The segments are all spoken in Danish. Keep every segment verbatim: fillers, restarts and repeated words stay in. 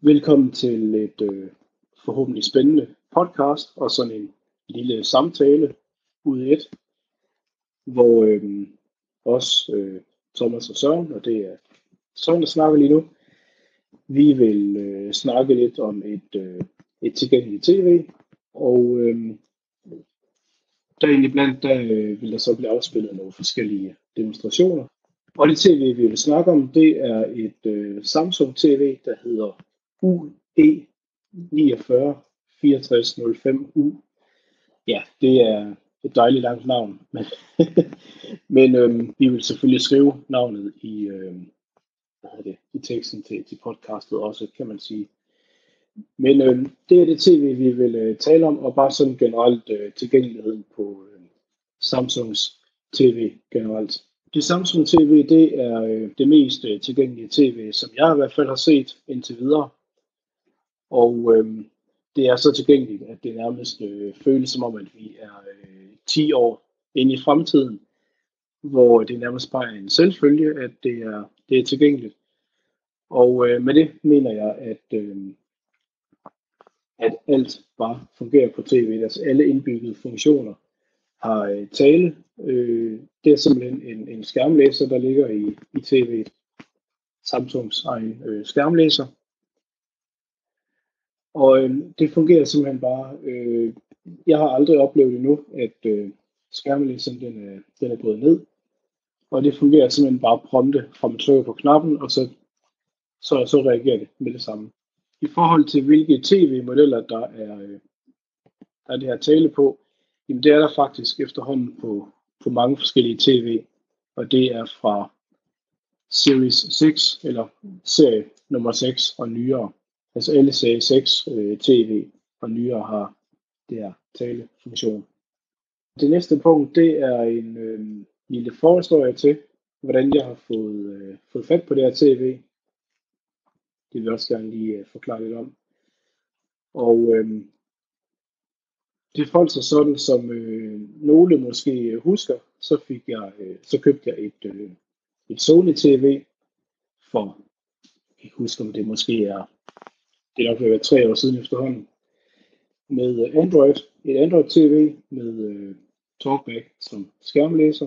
Velkommen til et øh, forhåbentlig spændende podcast og sådan en lille samtale ud i et, hvor øh, os, øh, Thomas og Søren, og det er Søren, der snakker lige nu, vi vil øh, snakke lidt om et, øh, et tilgængeligt tv, og øh, der egentlig blandt, der øh, vil der så blive afspillet nogle forskellige demonstrationer. Og det tv, vi vil snakke om, det er et øh, Samsung tv, der hedder U E ni fire fire tre nul fem U. Ja, det er et dejligt langt navn, men, men øhm, vi vil selvfølgelig skrive navnet i, øhm, hvad er det, i teksten til, til podcastet også, kan man sige. Men øhm, det er det tv, vi vil øh, tale om, og bare sådan generelt øh, tilgængeligheden på øh, Samsungs tv generelt. Det Samsung tv, det er øh, det mest øh, tilgængelige tv, som jeg i hvert fald har set indtil videre. Og øhm, det er så tilgængeligt, at det nærmest øh, føles som om, at vi er øh, ti år inde i fremtiden, hvor det nærmest bare er en selvfølge, at det er, det er tilgængeligt. Og øh, med det mener jeg, at, øh, at alt bare fungerer på tv. Altså alle indbyggede funktioner har øh, tale. Øh, det er simpelthen en, en skærmlæser, der ligger i, i tv'et. Samsungs egen øh, skærmlæser. Og øh, det fungerer simpelthen bare. Øh, jeg har aldrig oplevet endnu, at øh, skærmlæseren den er, den er gået ned. Og det fungerer simpelthen bare prompte fra man trykker på knappen, og så, så, så reagerer det med det samme. I forhold til hvilke tv-modeller, der er, øh, der er det her tale på, jamen det er der faktisk efterhånden på, på mange forskellige tv. Og det er fra Series seks, eller serie nummer seks og nyere. Altså alle serie seks øh, tv og nyere har det her talefunktion. Det næste punkt, det er en øh, lille forhistorie til, hvordan jeg har fået, øh, fået fat på det her tv. Det vil jeg også gerne lige øh, forklare lidt om. Og øh, det forholdt sig sådan, som øh, nogle måske husker, så fik jeg, øh, så købte jeg et, øh, et Sony tv for, jeg husker om det måske er, det er nok ved at være tre år siden efterhånden, med Android, et Android tv med øh, TalkBack som skærmlæser.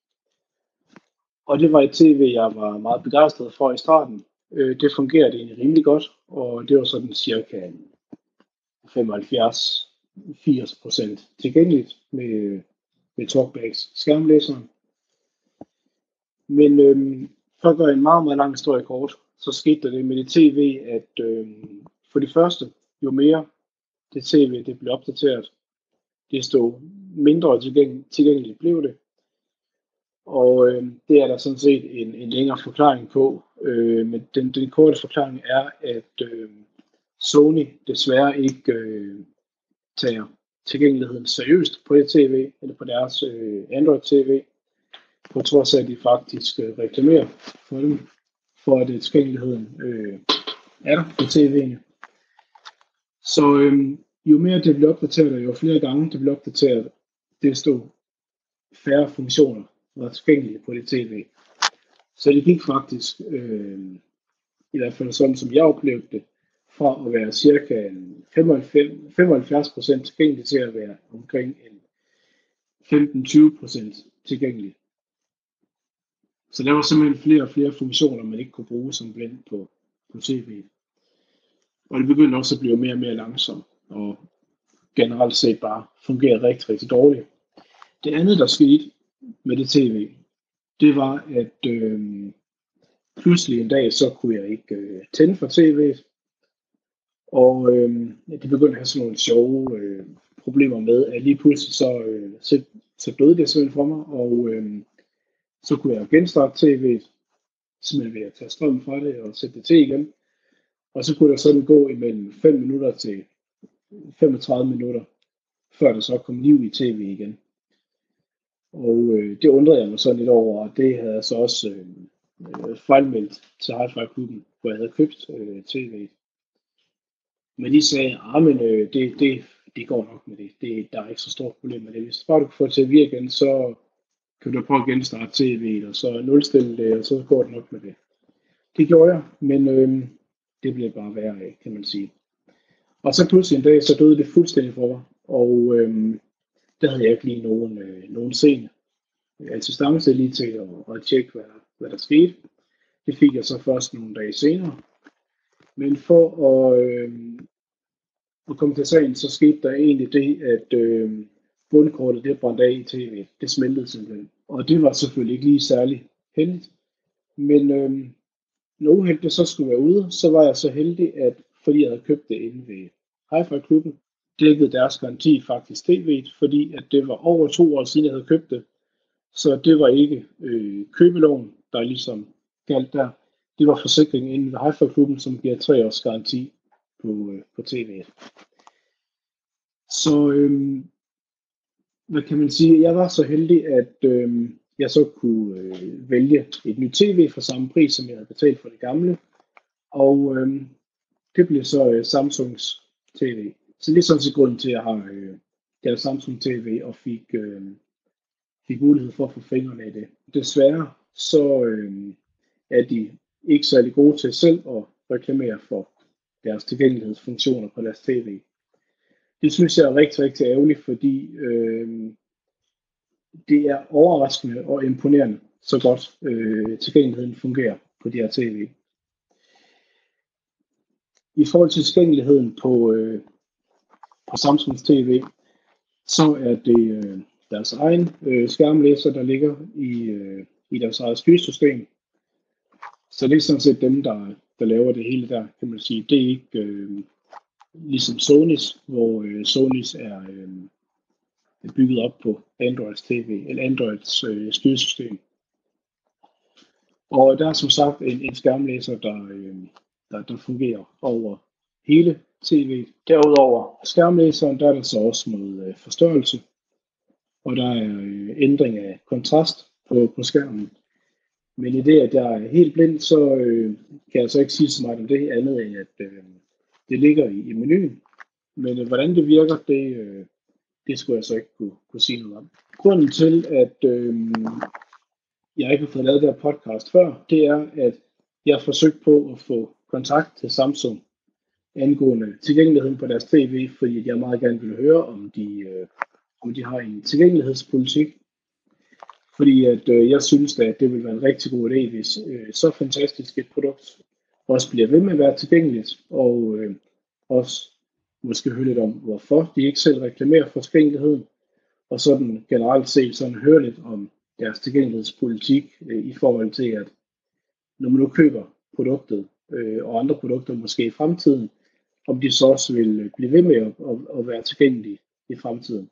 Og det var et tv, jeg var meget begejstret for i starten. Øh, det fungerede egentlig rimelig godt, og det var sådan cirka femoghalvfjerds til firs procent tilgængeligt med, med TalkBacks skærmlæseren. Men øh, for at gøre en meget, meget lang historie kort, så skete der det med det tv, at øh, for det første, jo mere det tv det blev opdateret, desto mindre tilgængeligt blev det. Og øh, det er der sådan set en, en længere forklaring på. Øh, men den, den korte forklaring er, at øh, Sony desværre ikke øh, tager tilgængeligheden seriøst på det tv, eller på deres øh, Android tv, på trods af, at de faktisk øh, reklamerer for dem, for at tilgængeligheden øh, er der på tv'erne. Så øh, jo mere det bliver opdateret, og jo flere gange det bliver opdateret, desto færre funktioner var tilgængelige på det tv. Så det gik faktisk, øh, i hvert fald sådan som jeg oplevede det, fra at være cirka femoghalvfjerds procent tilgængelig til at være omkring en femten til tyve procent tilgængelig. Så der var simpelthen flere og flere funktioner, man ikke kunne bruge som blind på, på tv'et. Og det begyndte også at blive mere og mere langsomt, og generelt set bare fungerer rigtig, rigtig dårligt. Det andet, der skete med det tv, det var, at øh, pludselig en dag, så kunne jeg ikke øh, tænde for tv'et. Og øh, det begyndte at have sådan nogle sjove øh, problemer med, at lige pludselig så, øh, så, så døde det simpelthen for mig, og øh, så kunne jeg genstarte tv'et, simpelthen ved at tage strømmen fra det og sætte det til igen. Og så kunne der sådan gå imellem fem minutter til femogtredive minutter, før der så kom liv i tv igen. Og øh, det undrede jeg mig sådan lidt over, og det havde jeg så også øh, øh, fejlmeldt til Hi-Fi-klubben, hvor jeg havde købt øh, tv'et. Men de sagde, at øh, det, det, det går nok med det. det. Der er ikke så stort problem med det. Hvis bare du kan få det til at virke igen, så kan du prøve at genstarte tv'et, og så nulstille det, og så går det nok med det. Det gjorde jeg, men øh, det blev bare værre af, kan man sige. Og så pludselig en dag, så døde det fuldstændig for mig, og øhm, der havde jeg ikke lige nogen, øh, nogen scene assistance lige til at, at tjekke, hvad, hvad der skete. Det fik jeg så først nogle dage senere. Men for at, øh, at komme til sagen, så skete der egentlig det, at øh, bundkortet det brændte af i tv'et. Det smeltede simpelthen. Og det var selvfølgelig ikke lige særlig heldigt. Men øh, når uheldet så skulle være ude, så var jeg så heldig, at fordi jeg havde købt det inde ved Hi-Fi-klubben, dækkede deres garanti faktisk tv'et, fordi at det var over to år siden, jeg havde købt det. Så det var ikke øh, købeloven, der ligesom galt der. Det var forsikringen inde ved Hi-Fi-klubben, som giver tre års garanti på, øh, på tv'et. Så øh, hvad kan man sige? Jeg var så heldig, at øh, jeg så kunne øh, vælge et nyt tv for samme pris, som jeg havde betalt for det gamle. Og øh, det blev så øh, Samsungs tv. Så det er sådan set grunden til, at jeg har øh, gavet Samsung tv og fik, øh, fik mulighed for at få fingrene i det. Desværre så øh, er de ikke særlig gode til selv at reklamere for deres tilgængelighedsfunktioner på deres tv. Det synes jeg er rigtig, rigtig ærgerligt, fordi øh, det er overraskende og imponerende, så godt øh, tilgængeligheden fungerer på de her tv. I forhold til tilgængeligheden på, øh, på Samsungs tv, så er det øh, deres egen øh, skærmlæser, der ligger i, øh, i deres eget styresystem. Så det er sådan set dem, der, der laver det hele der, kan man sige. Det er ikke øh, ligesom Sonys, hvor øh, Sonys er øh, bygget op på Androids tv, eller Androids øh, styresystem. Og der er som sagt en, en skærmlæser, der, øh, der, der fungerer over hele tv'et. Derudover skærmlæseren, der er der så også noget øh, forstørrelse, og der er øh, ændring af kontrast på, på skærmen. Men i det, at jeg er helt blind, så øh, kan jeg så ikke sige så meget om det andet, end at øh, det ligger i, i menuen. Men øh, hvordan det virker, det, øh, det skulle jeg så ikke kunne, kunne sige noget om. Grunden til, at øh, jeg ikke har fået lavet det her podcast før, det er, at jeg har forsøgt på at få kontakt til Samsung angående tilgængeligheden på deres tv, fordi jeg meget gerne vil høre, om de, øh, om de har en tilgængelighedspolitik. Fordi at, øh, jeg synes, at det vil være en rigtig god idé, hvis øh, så fantastisk et produkt også bliver ved med at være tilgængeligt, og øh, også måske høre lidt om, hvorfor de ikke selv reklamerer for tilgængeligheden, og sådan generelt set sådan høre lidt om deres tilgængelighedspolitik øh, i forhold til, at når man nu køber produktet øh, og andre produkter måske i fremtiden, om de så også vil blive ved med at, at, at være tilgængelige i fremtiden.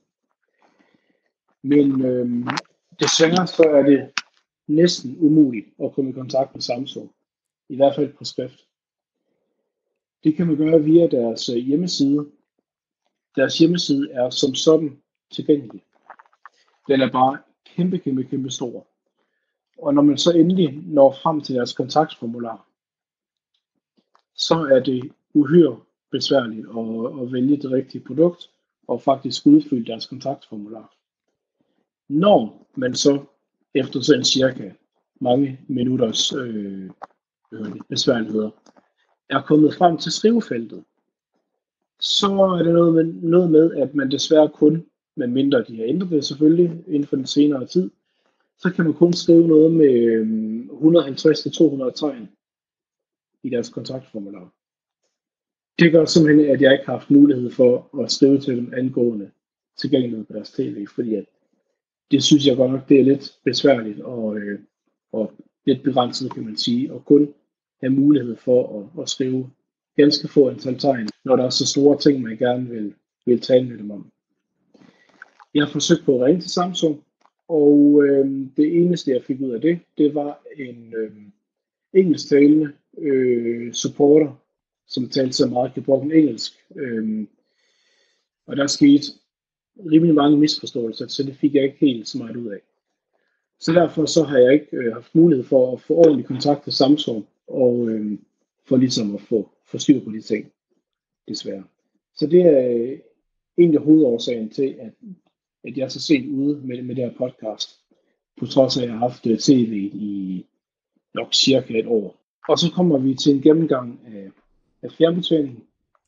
Men øh, desværre så er det næsten umuligt at komme i kontakt med Samsung, i hvert fald på skrift. Det kan man gøre via deres hjemmeside. Deres hjemmeside er som sådan tilgængelig. Den er bare kæmpe, kæmpe, kæmpe stor. Og når man så endelig når frem til deres kontaktformular, så er det uhyre besværligt at, at vælge det rigtige produkt og faktisk udfylde deres kontaktformular. Når man så efter sådan cirka mange minutters øh, besværligheder er kommet frem til skrivefeltet, så er det noget med, noget med, at man desværre kun, medmindre de har ændret det selvfølgelig inden for den senere tid, så kan man kun skrive noget med øh, et hundrede og halvtreds til to hundrede tegn i deres kontaktformular. Det gør simpelthen, at jeg ikke har haft mulighed for at skrive til dem angående tilgængelighed på deres tv, fordi at det synes jeg godt nok, det er lidt besværligt og, øh, og lidt begrænset, kan man sige, og kun have mulighed for at, at skrive ganske få antal tegn, når der er så store ting, man gerne vil, vil tale med dem om. Jeg har forsøgt på at ringe til Samsung, og øh, det eneste, jeg fik ud af det, det var en øh, engelsktalende øh, supporter, som talte så meget gebrokken engelsk. Øh, og der skete rimelig mange misforståelser, så det fik jeg ikke helt så meget ud af. Så derfor så har jeg ikke øh, haft mulighed for at få ordentlig kontakt til Samsung, og øh, for ligesom at få, få styr på de ting, desværre. Så det er øh, egentlig hovedårsagen til, at, at jeg er så sent ude med, med det her podcast, på trods af, at jeg har haft tv i nok cirka et år. Og så kommer vi til en gennemgang af af fjernbetjening,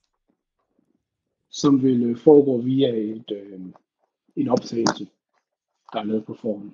som vil foregå via et, øh, en optagelse, der er lavet på forhånd.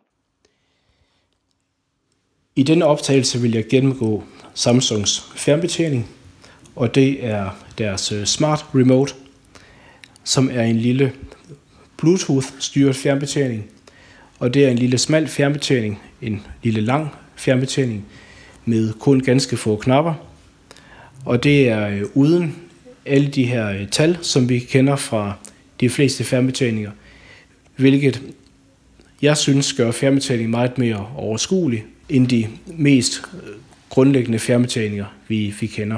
I denne optagelse vil jeg gennemgå Samsungs fjernbetjening, og det er deres Smart Remote, som er en lille Bluetooth-styret fjernbetjening, og det er en lille smal fjernbetjening, en lille lang fjernbetjening med kun ganske få knapper, og det er uden alle de her tal, som vi kender fra de fleste fjernbetjeninger, hvilket jeg synes gør fjernbetjeningen meget mere overskuelig end de mest grundlæggende fjernbetjeninger, vi, vi kender.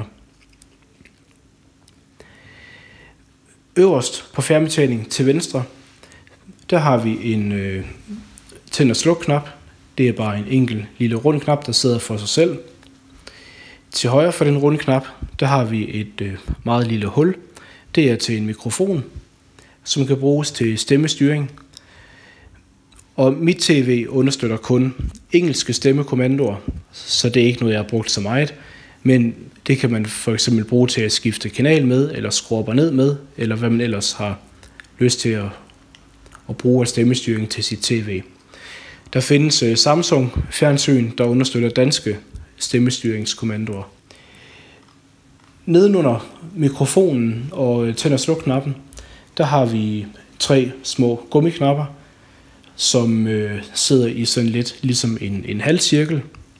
Øverst på fjernbetjeningen til venstre, der har vi en øh, tænd- og sluk-knap. Det er bare en enkelt lille rund knap, der sidder for sig selv. Til højre for den runde knap, der har vi et øh, meget lille hul. Det er til en mikrofon, som kan bruges til stemmestyring. Og mit tv understøtter kun engelske stemmekommandoer, så det er ikke noget, jeg har brugt så meget. Men det kan man for eksempel bruge til at skifte kanal med, eller skrue op og ned med, eller hvad man ellers har lyst til at, at bruge af stemmestyring til sit tv. Der findes uh, Samsung fjernsyn, der understøtter danske stemmestyringskommandoer. Nedenunder mikrofonen og tænd- og sluk-knappen, der har vi tre små gummiknapper, som øh, sidder i sådan lidt ligesom en, en halvcirkel.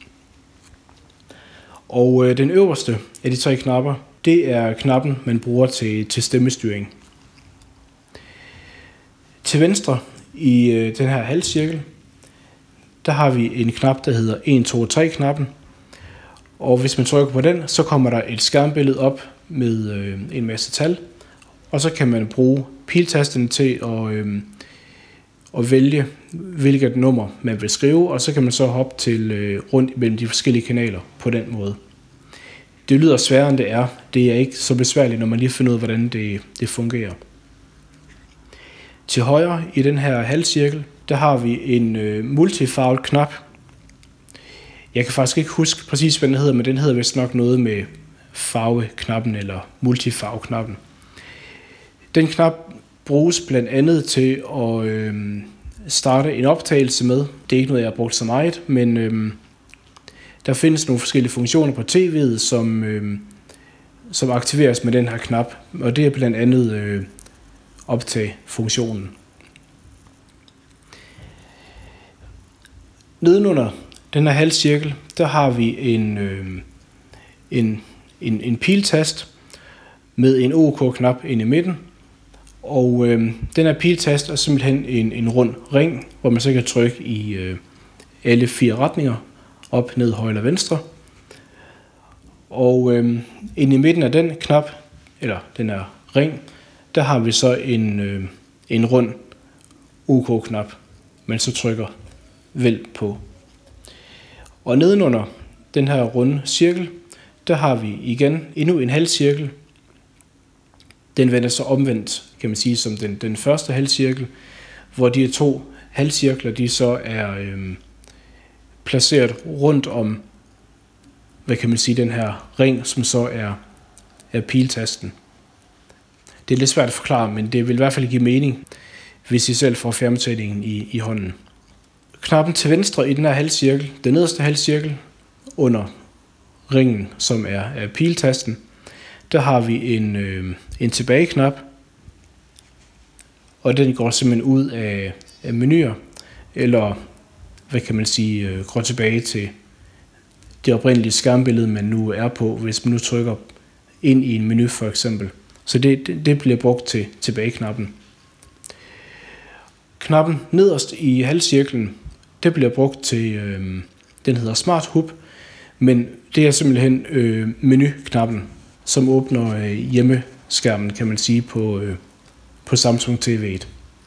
Og øh, den øverste af de tre knapper, det er knappen, man bruger til, til stemmestyring. Til venstre i øh, den her halvcirkel, der har vi en knap, der hedder en to tre knappen. Og hvis man trykker på den, så kommer der et skærmbillede op med øh, en masse tal. Og så kan man bruge piltasterne til at, øh, at vælge, hvilket nummer man vil skrive. Og så kan man så hoppe til øh, rundt mellem de forskellige kanaler på den måde. Det lyder sværere, end det er. Det er ikke så besværligt, når man lige finder ud af, hvordan det, det fungerer. Til højre i den her halvcirkel, der har vi en øh, multifarvet knap. Jeg kan faktisk ikke huske præcis, hvad den hedder, men den hedder vist nok noget med farveknappen eller multifarveknappen. Den knap bruges blandt andet til at øh, starte en optagelse med. Det er ikke noget, jeg har brugt så meget, men øh, der findes nogle forskellige funktioner på tv'et, som, øh, som aktiveres med den her knap, og det er blandt andet øh, optag-funktionen. Nedenunder den her halvcirkel, der har vi en, øh, en, en, en piltast med en OK-knap inde i midten. Og øh, den her piltast er simpelthen en, en rund ring, hvor man så kan trykke i øh, alle fire retninger, op, ned, højre eller venstre. Og øh, inde i midten af den knap, eller den her ring, der har vi så en, øh, en rund OK-knap, man så trykker vælg på. Og nedenunder den her runde cirkel, der har vi igen endnu en halvcirkel. Den vender så omvendt, kan man sige, som den, den første halvcirkel, hvor de to halvcirkler, de så er øh, placeret rundt om, hvad kan man sige, den her ring, som så er, er piltasten. Det er lidt svært at forklare, men det vil i hvert fald give mening, hvis I selv får fjernbetjeningen i, i hånden. Knappen til venstre i den her halvcirkel, den nederste halvcirkel under ringen, som er, er piltasten, der har vi en, øh, en tilbageknap, og den går simpelthen ud af, af menuer, eller hvad kan man sige, øh, går tilbage til det oprindelige skærmbillede, man nu er på, hvis man nu trykker ind i en menu for eksempel. Så det, det, det bliver brugt til tilbageknappen. Knappen nederst i halvcirklen, det bliver brugt til, øh, den hedder Smart Hub, men det er simpelthen øh, menuknappen, som åbner øh, hjemmeskærmen, kan man sige, på, øh, på Samsung T V'et.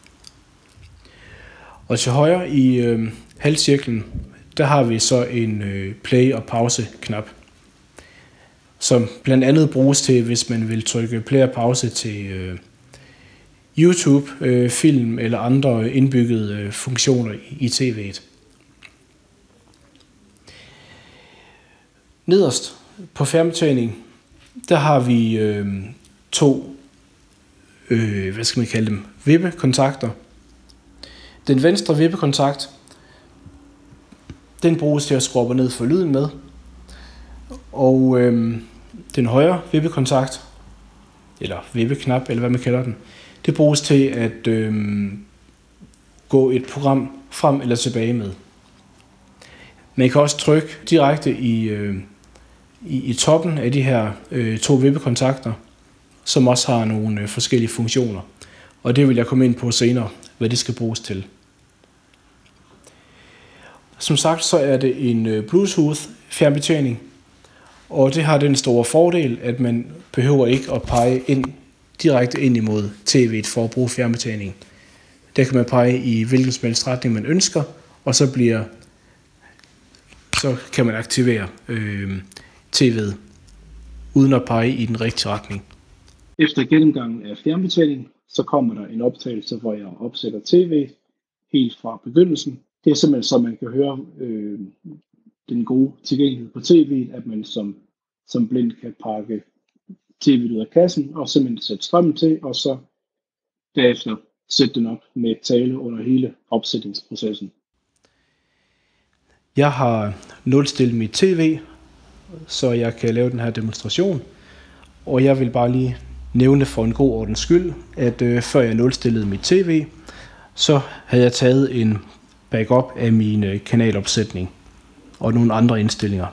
Og til højre i øh, halvcirklen, der har vi så en øh, play- og pause-knap, som blandt andet bruges til, hvis man vil trykke play og pause til øh, YouTube, øh, film eller andre indbyggede øh, funktioner i, i T V'et. Nederst på fjernbetjeningen, der har vi øh, to, øh, hvad skal man kalde dem, vippekontakter. Den venstre vippekontakt, den bruges til at skrue ned for lyden med. Og øh, den højre vippekontakt, eller vippeknap, eller hvad man kalder den, det bruges til at øh, gå et program frem eller tilbage med. Man kan også trykke direkte i, øh, i, i toppen af de her øh, to vippekontakter, som også har nogle øh, forskellige funktioner. Og det vil jeg komme ind på senere, hvad det skal bruges til. Som sagt, så er det en øh, Bluetooth fjernbetjening, og det har den store fordel, at man behøver ikke at pege ind, direkte ind imod tv'et for at bruge fjernbetjening. Der kan man pege i hvilken som helst retning man ønsker, og så bliver så kan man aktivere øh, tv'et uden at pege i den rigtige retning. Efter gennemgangen af fjernbetjening, så kommer der en optagelse, hvor jeg opsætter tv'et helt fra begyndelsen. Det er simpelthen så man kan høre øh, den gode tilgængelighed på tv'et, at man som, som blind kan pakke tv'et ud af kassen og simpelthen sætte strømmen til, og så derefter sætte den op med tale under hele opsætningsprocessen. Jeg har nulstillet mit tv, så jeg kan lave den her demonstration, og jeg vil bare lige nævne for en god ordens skyld, at øh, før jeg nulstillede mit tv, så havde jeg taget en backup af min øh, kanalopsætning og nogle andre indstillinger.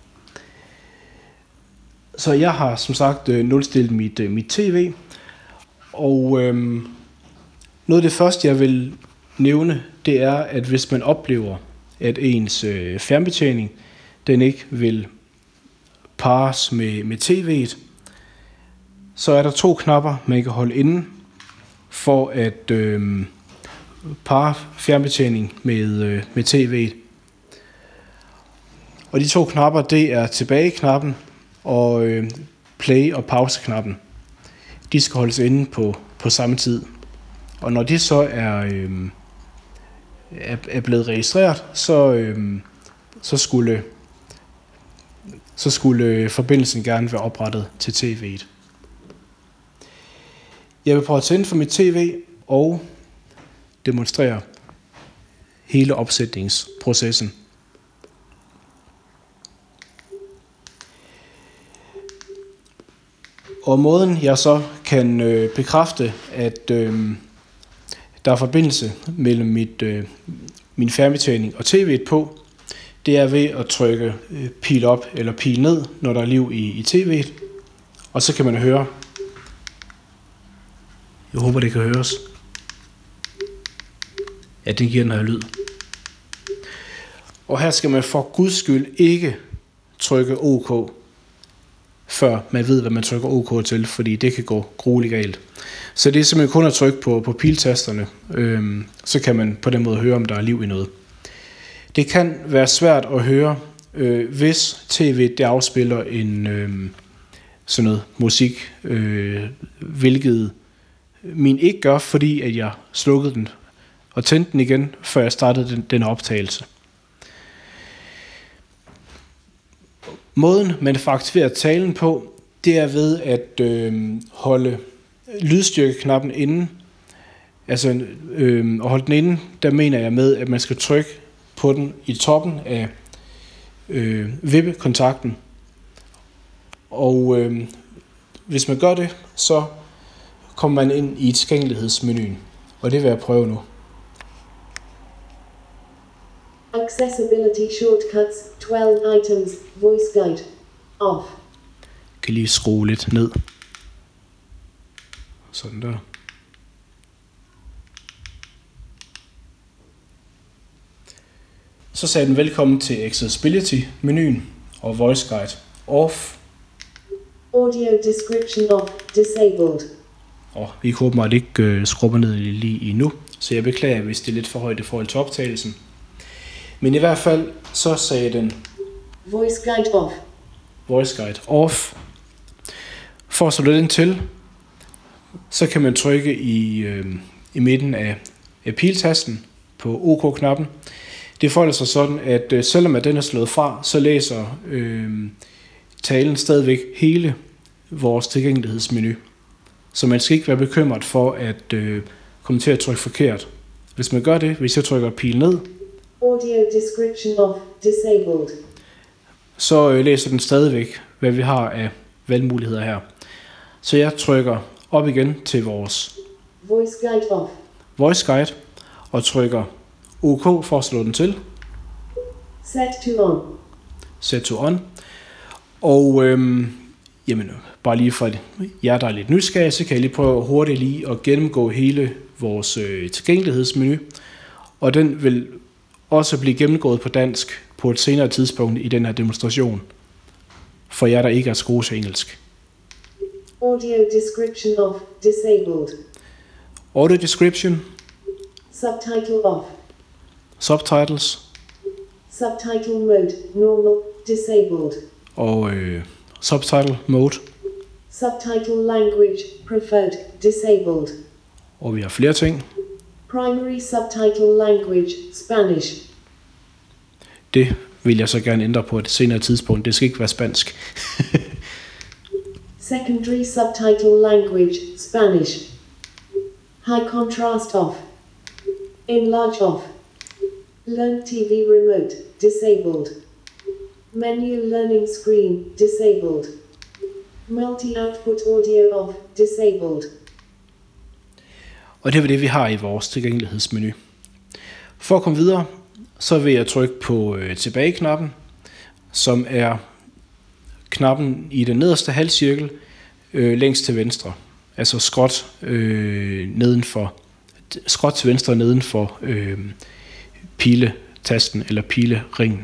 Så jeg har som sagt øh, nulstillet mit, øh, mit tv, og øh, noget af det første jeg vil nævne, det er, at hvis man oplever, at ens øh, fjernbetjening den ikke vil parres med, med tv'et, så er der to knapper, man kan holde inde for at øh, parre fjernbetjening med, øh, med tv'et. Og de to knapper, det er tilbage-knappen og øh, play- og pause-knappen. De skal holdes inde på, på samme tid. Og når de så er, øh, er, er blevet registreret, så, øh, så skulle, så skulle forbindelsen gerne være oprettet til tv'et. Jeg vil prøve at tænde for mit tv og demonstrere hele opsætningsprocessen. Og måden jeg så kan øh, bekræfte, at øh, der er forbindelse mellem mit, øh, min fjernbetjening og tv'et på, det er ved at trykke øh, pil op eller pil ned, når der er liv i, i tv'et. Og så kan man høre. Jeg håber, det kan høres. Ja, det giver den her lyd. Og her skal man for guds skyld ikke trykke OK, før man ved, hvad man trykker OK til, fordi det kan gå grueligt galt. Så det er simpelthen kun at trykke på, på piltasterne, øhm, så kan man på den måde høre, om der er liv i noget. Det kan være svært at høre, øh, hvis tv'et det afspiller en øh, sådan noget musik, øh, hvilket min ikke gør, fordi at jeg slukkede den og tændte den igen, før jeg startede den, den optagelse. Måden, man får aktiveret talen på, det er ved at øh, holde lydstyrkeknappen inde. Altså øh, at holde den inde, der mener jeg med, at man skal trykke på den i toppen af øh, vippekontakten. Og øh, hvis man gør det, så kommer man ind i tilgængelighedsmenuen. Og det vil jeg prøve nu. Accessibility shortcuts, twelve items, voice guide, off. Jeg kan lige skrue lidt ned. Sådan der. Så sagde den velkommen til Accessibility-menuen og voice guide, off. Audio description off, disabled. Og vi kan åbenbart ikke øh, skrubbe ned lige endnu, så jeg beklager, hvis det er lidt for højt i forhold til optagelsen. Men i hvert fald, så sagde den Voice guide off. Voice guide off. For at slå den til, så kan man trykke i, øh, i midten af, af piltasten på OK-knappen. Det forholder sig sådan, at øh, selvom at den er slået fra, så læser øh, talen stadigvæk hele vores tilgængelighedsmenu. Så man skal ikke være bekymret for at øh, komme til at trykke forkert. Hvis man gør det, hvis jeg trykker pil ned, Audio description of disabled. så øh, læser den stadigvæk, hvad vi har af valgmuligheder her. Så jeg trykker op igen til vores Voice guide off. voice guide og trykker OK for at slå den til. Set to on. Set to on. Og øhm, jamen, bare lige for jer, der er lidt nysgerrige, så kan jeg lige prøve hurtigt lige at gennemgå hele vores øh, tilgængelighedsmenu. Og den vil også blive gennemgået på dansk på et senere tidspunkt i den her demonstration. For jer, der ikke er så gode til engelsk. Audio description of disabled. Audio description. Subtitle off. Subtitles. Subtitle mode normal disabled. Og øh, subtitle mode. Subtitle language preferred disabled. Og vi har flere ting. Primary subtitle language Spanish. Det vil jeg så gerne ændre på et senere tidspunkt. Det skal ikke være spansk. Secondary subtitle language Spanish. High contrast off. Enlarge off. Learn T V remote disabled. Menu learning screen disabled. Multi-output audio off disabled. Og det er det, vi har i vores tilgængelighedsmenu. For at komme videre, så vil jeg trykke på øh, tilbage-knappen, som er knappen i den nederste halvcirkel øh, længst til venstre. Altså skråt, øh, nedenfor, skråt til venstre neden for øh, piletasten eller pileringen.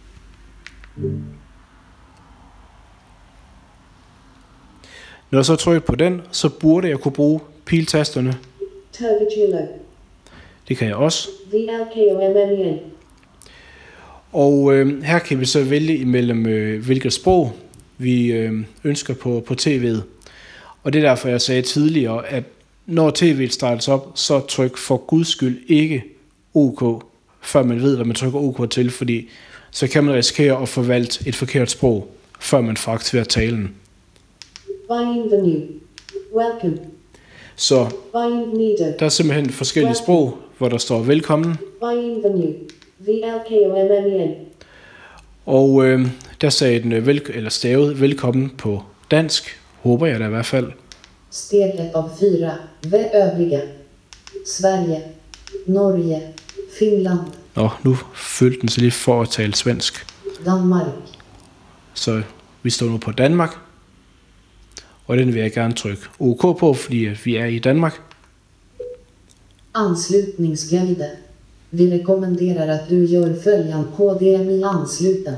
Når jeg så trykker på den, så burde jeg kunne bruge piltasterne. Turvicillo. Det kan jeg også. V L K O M M E N. Og øh, her kan vi så vælge imellem, øh, hvilket sprog vi øh, ønsker på, på tv'et. Og det er derfor, jeg sagde tidligere, at når tv'et startes op, så tryk for guds skyld ikke OK, før man ved, hvad man trykker OK til, fordi så kan man risikere at forvalte et forkert sprog, før man får aktiveret talen. Bienvenue. Welcome. Så Bienvenido. der er simpelthen forskellige sprog, hvor der står velkommen. Bienvenue. V L K O M M E N. Og øh, der sagde den øh, vel, eller stavet velkommen på dansk, håber jeg da i hvert fald. Steget av fyra. Välj övriga. Sverige. Norge. Finland. Nå, nu følte den sig lidt for at tale svensk. Danmark. Så vi står nu på Danmark. Og den vil jeg gerne trykke OK på, fordi vi er i Danmark. Anslutningsguide. Vi rekommenderar att du gör följande H D M I-ansluten.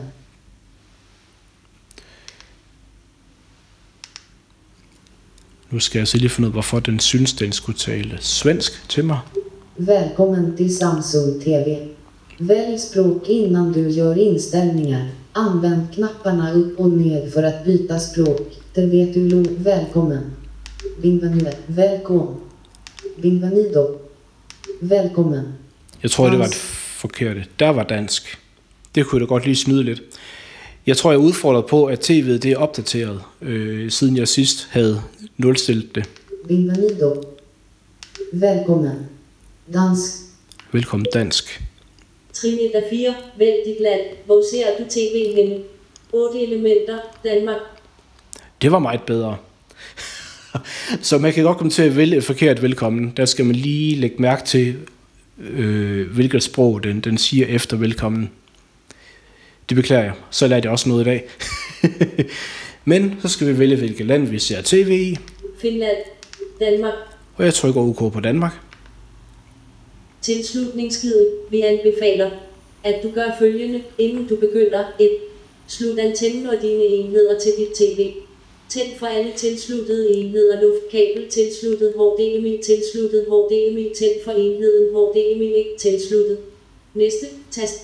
Nu skal jeg så lige finde ud af, hvorfor den synes, den skulle tale svensk til mig. Välkommen till Samsung T V. Välj språk innan du gör inställningar. Använd knapparna upp och ned för att byta språk. Det vet du lo. Välkommen. Bienvenue. Välkommen. Bienvenido. Välkommen. Jeg tror, det var et forkert. Der var dansk. Det kunne da godt lige snyde lidt. Jeg tror, jeg er udfordret på, at tv'et det er opdateret, øh, siden jeg sidst havde nulstillet det. Bienvenido. Välkommen. Dansk. Velkommen dansk. Trin et af fire. Vælg dit land. Hvor ser du tv henne? otte elementer. Danmark. Det var meget bedre. Så man kan godt komme til at vælge et forkert velkommen. Der skal man lige lægge mærke til, øh, hvilket sprog den, den siger efter velkommen. Det beklager jeg. Så lærte jeg også noget i dag. Men så skal vi vælge, hvilket land vi ser tv i. Finland. Danmark. Og jeg trykker OK på Danmark. Tilslutningsskide. Vi anbefaler, at du gør følgende, inden du begynder. et. Slut antennen og dine enheder til dit tv. Tænd for alle tilsluttede enheder. Luftkabel tilsluttet. H D M I tilsluttet. H D M I tænd for enheden. H D M I ikke tilsluttet. Næste tast.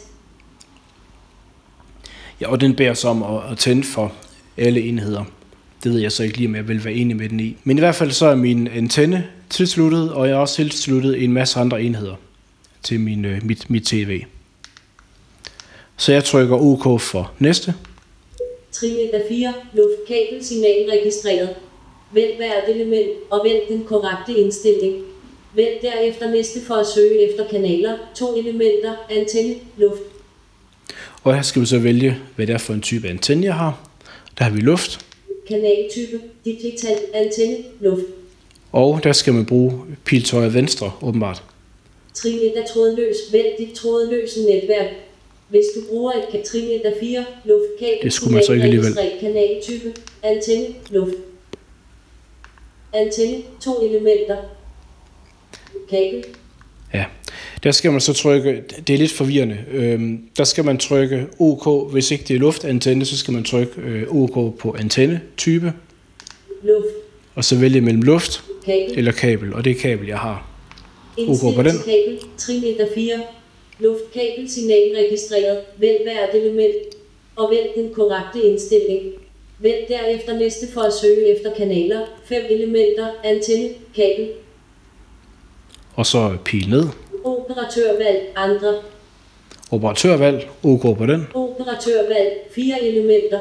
Ja, og den beder så om at, at tænde for alle enheder. Det ved jeg så ikke lige, om jeg vil være enig med den i. Men i hvert fald så er min antenne tilsluttet, og jeg har også tilsluttet en masse andre enheder til min, øh, mit, mit tv. Så jeg trykker OK for næste. Trin et af fire. Luftkabel signal registreret. Vælg hvert element og vælg den korrekte indstilling. Vælg derefter næste for at søge efter kanaler. To elementer. Antenne. Luft. Og her skal vi så vælge, hvad det er for en type antenne, jeg har. Der har vi luft. Kanaltype. Digital. Antenne. Luft. Og der skal man bruge pil til højre venstre, åbenbart. Trin et af trådløs. Vælg dit trådløse netværk. Hvis du bruger et trin et af fire. Luftkabel. Det skulle man så ikke alligevel. Kanaltype. Antenne. Luft. Antenne. To elementer. Kabel. Ja, der skal man så trykke, det er lidt forvirrende, øhm, der skal man trykke OK, hvis ikke det er luftantenne, så skal man trykke øh, OK på antenne-type, Luft. og så vælge mellem luft Kabel. eller kabel, og det er kabel, jeg har. Indstil på den. til kabel. Trin et af fire. Luftkabel signal registreret. Vælg hvert element og vælg den korrekte indstilling. Vælg derefter næste for at søge efter kanaler. Fem elementer. Antenne. Kabel. Og så pil ned. Operatørvalg. Andre. Operatørvalg. OK på den. Operatørvalg. Fire elementer.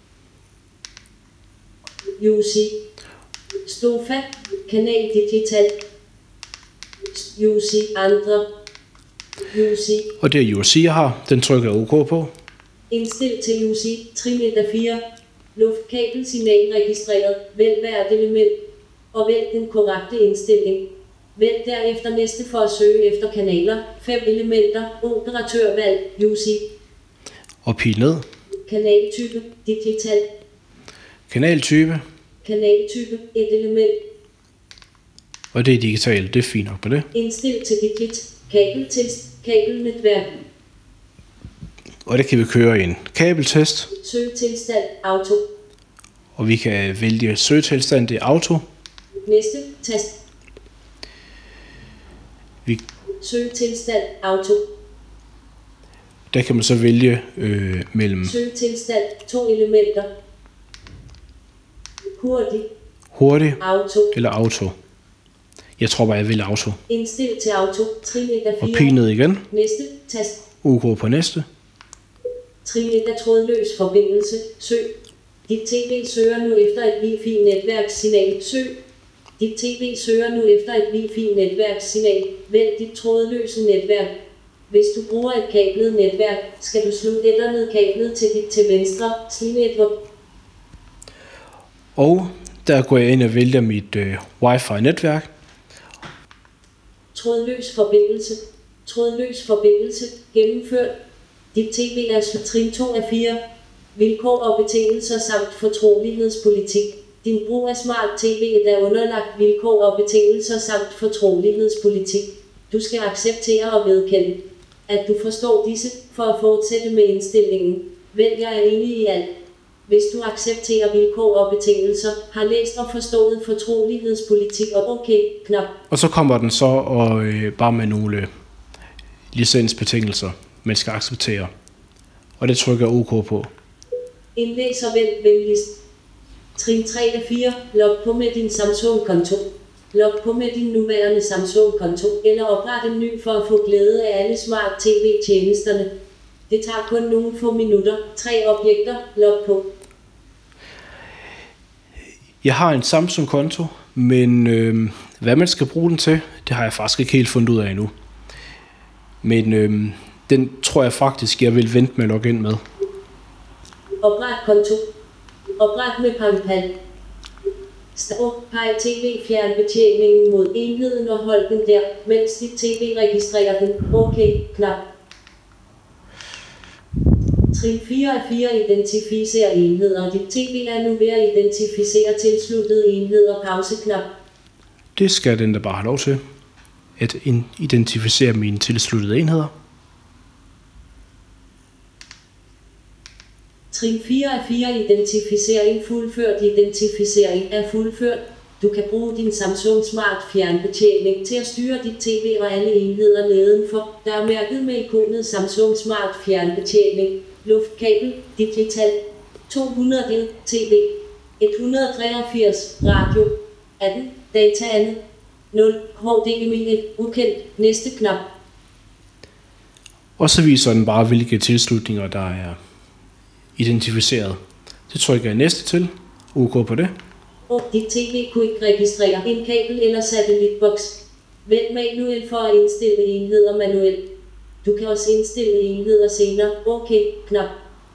U C. Stofa. Kanal digital. U C. Andre. U C. Og det er U C, jeg har. Den trykker jeg OK på. Indstil til U C. Trin et af fire. Luftkabel signal registreret. Vælg hvert element og vælg den korrekte indstilling. Vælg derefter næste for at søge efter kanaler. Fem elementer. Operatørvalg. U C. Og pil ned. Kanaltype. Digital. Kanaltype. Kanaltype. Et element. Og det er digitalt. Det er fint nok på det. Indstil til digit. Kabel til kabelnetværk. Og det kan vi køre i en kabeltest. Søg tilstand. Auto. Og vi kan vælge søgetilstand. Det er auto. Næste. Tast. Vi, Søg tilstand. Auto. der kan man så vælge øh, mellem Søg tilstand. To elementer. Hurtig. hurtig Auto. eller auto. Jeg tror bare, jeg vælger auto. Indstil til auto. Trin et af Og fire. pil ned igen. Næste. Tast. OK på næste. Trin et af trådløs forbindelse. Søg. Dit tv søger nu efter et wifi netværkssignal. Søg. Dit tv søger nu efter et wifi netværkssignal. Vælg dit trådløse netværk. Hvis du bruger et kablet netværk, skal du slutte Ethernet-kablet til dit til venstre slinetwork. Og der går jeg ind og vælger mit øh, Wi-Fi-netværk. Trådløs forbindelse. Trådløs forbindelse. Gennemført. Dit tv er trin to af fire. Vilkår og betingelser samt fortrolighedspolitik. Din brug af smart tv er underlagt vilkår og betingelser samt fortrolighedspolitik. Du skal acceptere og vedkende, at du forstår disse for at fortsætte med indstillingen. Vælg jeg er enig i alt. Hvis du accepterer vilkår og betingelser, har læst og forstået fortrolighedspolitik og OK-knap. Og så kommer den så og øh, bare med nogle licensbetingelser, man skal acceptere. Og det trykker jeg OK på. Indlæs og vælg venligst. Trin tre af fire. Log på med din Samsung-konto. Log på med din nuværende Samsung-konto, eller opret en ny for at få glæde af alle smart tv-tjenesterne. Det tager kun nogle få minutter. Tre objekter. Log på. Jeg har en Samsung-konto, men øh, hvad man skal bruge den til, det har jeg faktisk ikke helt fundet ud af endnu. Men øh, den tror jeg faktisk, jeg vil vente med at logge ind med. Opret konto. Opret med PayPal. Peg tv-fjernbetjeningen mod enheden og hold den der, mens dit tv registrerer den. OK-knap. Trin fire af fire. Identificer enheder. Dit tv er nu ved at identificere tilsluttede enheder. Pause-knap. Det skal den da bare have lov til. At identificere mine tilsluttede enheder. Trin fire af fire. Identificering fuldført. Identificering er fuldført. Du kan bruge din Samsung Smart fjernbetjening til at styre dit tv og alle enheder nedenfor. Der er mærket med ikonet Samsung Smart fjernbetjening. Luftkabel. Digital. to hundrede tv. et hundrede treogfirs. Radio. atten. Data andet. nul. H D M I. Ukendt. Næste knap. Og så viser den bare, hvilke tilslutninger, der er identificeret. Det trykker jeg næste til. OK på det. Og dit tv kunne ikke registrere en kabel eller satellitboks. Vælg manuelt for at indstille enheder manuelt. Du kan også indstille enheder senere. OK, knap.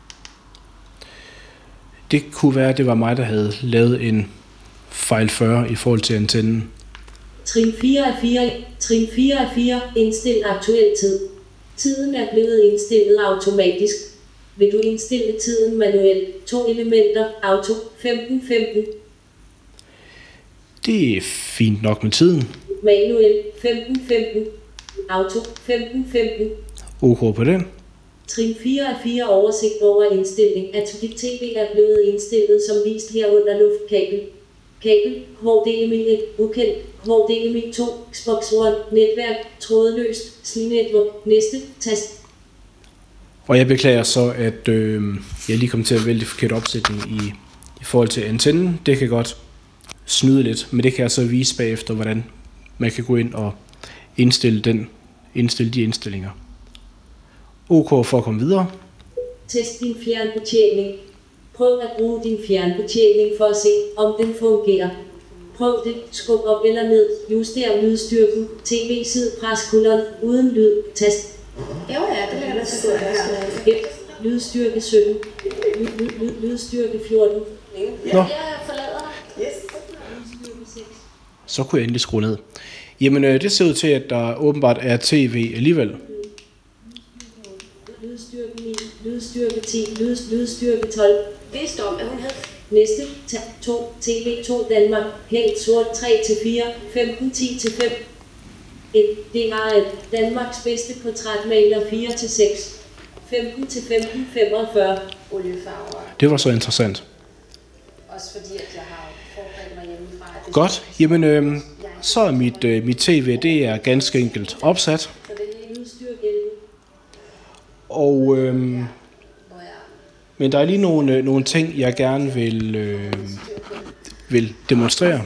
Det kunne være, at det var mig, der havde lavet en fejl fyrre i forhold til antennen. Trin fire af fire. Trin fire af fire. Indstil aktuel tid. Tiden er blevet indstillet automatisk. Vil du indstille tiden manuelt? To elementer. Auto. femten femten. Det er fint nok med tiden. Manuel. femten femten. Auto. femten femten. OK på den. Trin fire af fire. Oversigt over indstilling. At dit tv er blevet indstillet som vist her under luftkabel. Kabel. H D M I et. Ukendt. H D M I to. Xbox One. Netværk. Trådløst. Slinetwork. Næste. Tast. Og jeg beklager så, at øh, jeg lige kom til at vælge forkert opsætning i, i forhold til antennen. Det kan godt snyde lidt, men det kan jeg så vise bagefter, hvordan man kan gå ind og indstille, den, indstille de indstillinger. OK for at komme videre. Test din fjernbetjening. Prøv at bruge din fjernbetjening for at se, om den fungerer. Prøv det. Skub op eller ned. Juster lydstyrken. tv-side. Pres kulderen. Uden lyd. Tast. Jo, ja, det ligger der til godt her. Lydstyrke sytten. Lyd, lyd, lyd, lydstyrke fjorten. Nå. Jeg forlader dig. Yes. Lydstyrke seks. Så kunne jeg endelig skrue ned. Jamen, øh, det ser ud til, at der åbenbart er tv alligevel. Lydstyrke ni. Lydstyrke ti. Lyd, lydstyrke tolv. Vidste om, at hun havde... Næste. to. T V to Danmark. Helt sort tre til fire. femten ti til fem. Et, det er et Danmarks bedste portrætmaler fire til seks. femten til femten femogfyrre. Oliefarver. Det var så interessant. Også fordi, at jeg har forberedt mig hjemmefra. Det Godt. Jamen, øh, så er mit, øh, mit tv, det er ganske enkelt opsat. Så det er lydstyrke elleve. Og, øh, hvor jeg men der er lige nogle, øh, nogle ting, jeg gerne vil, øh, vil demonstrere.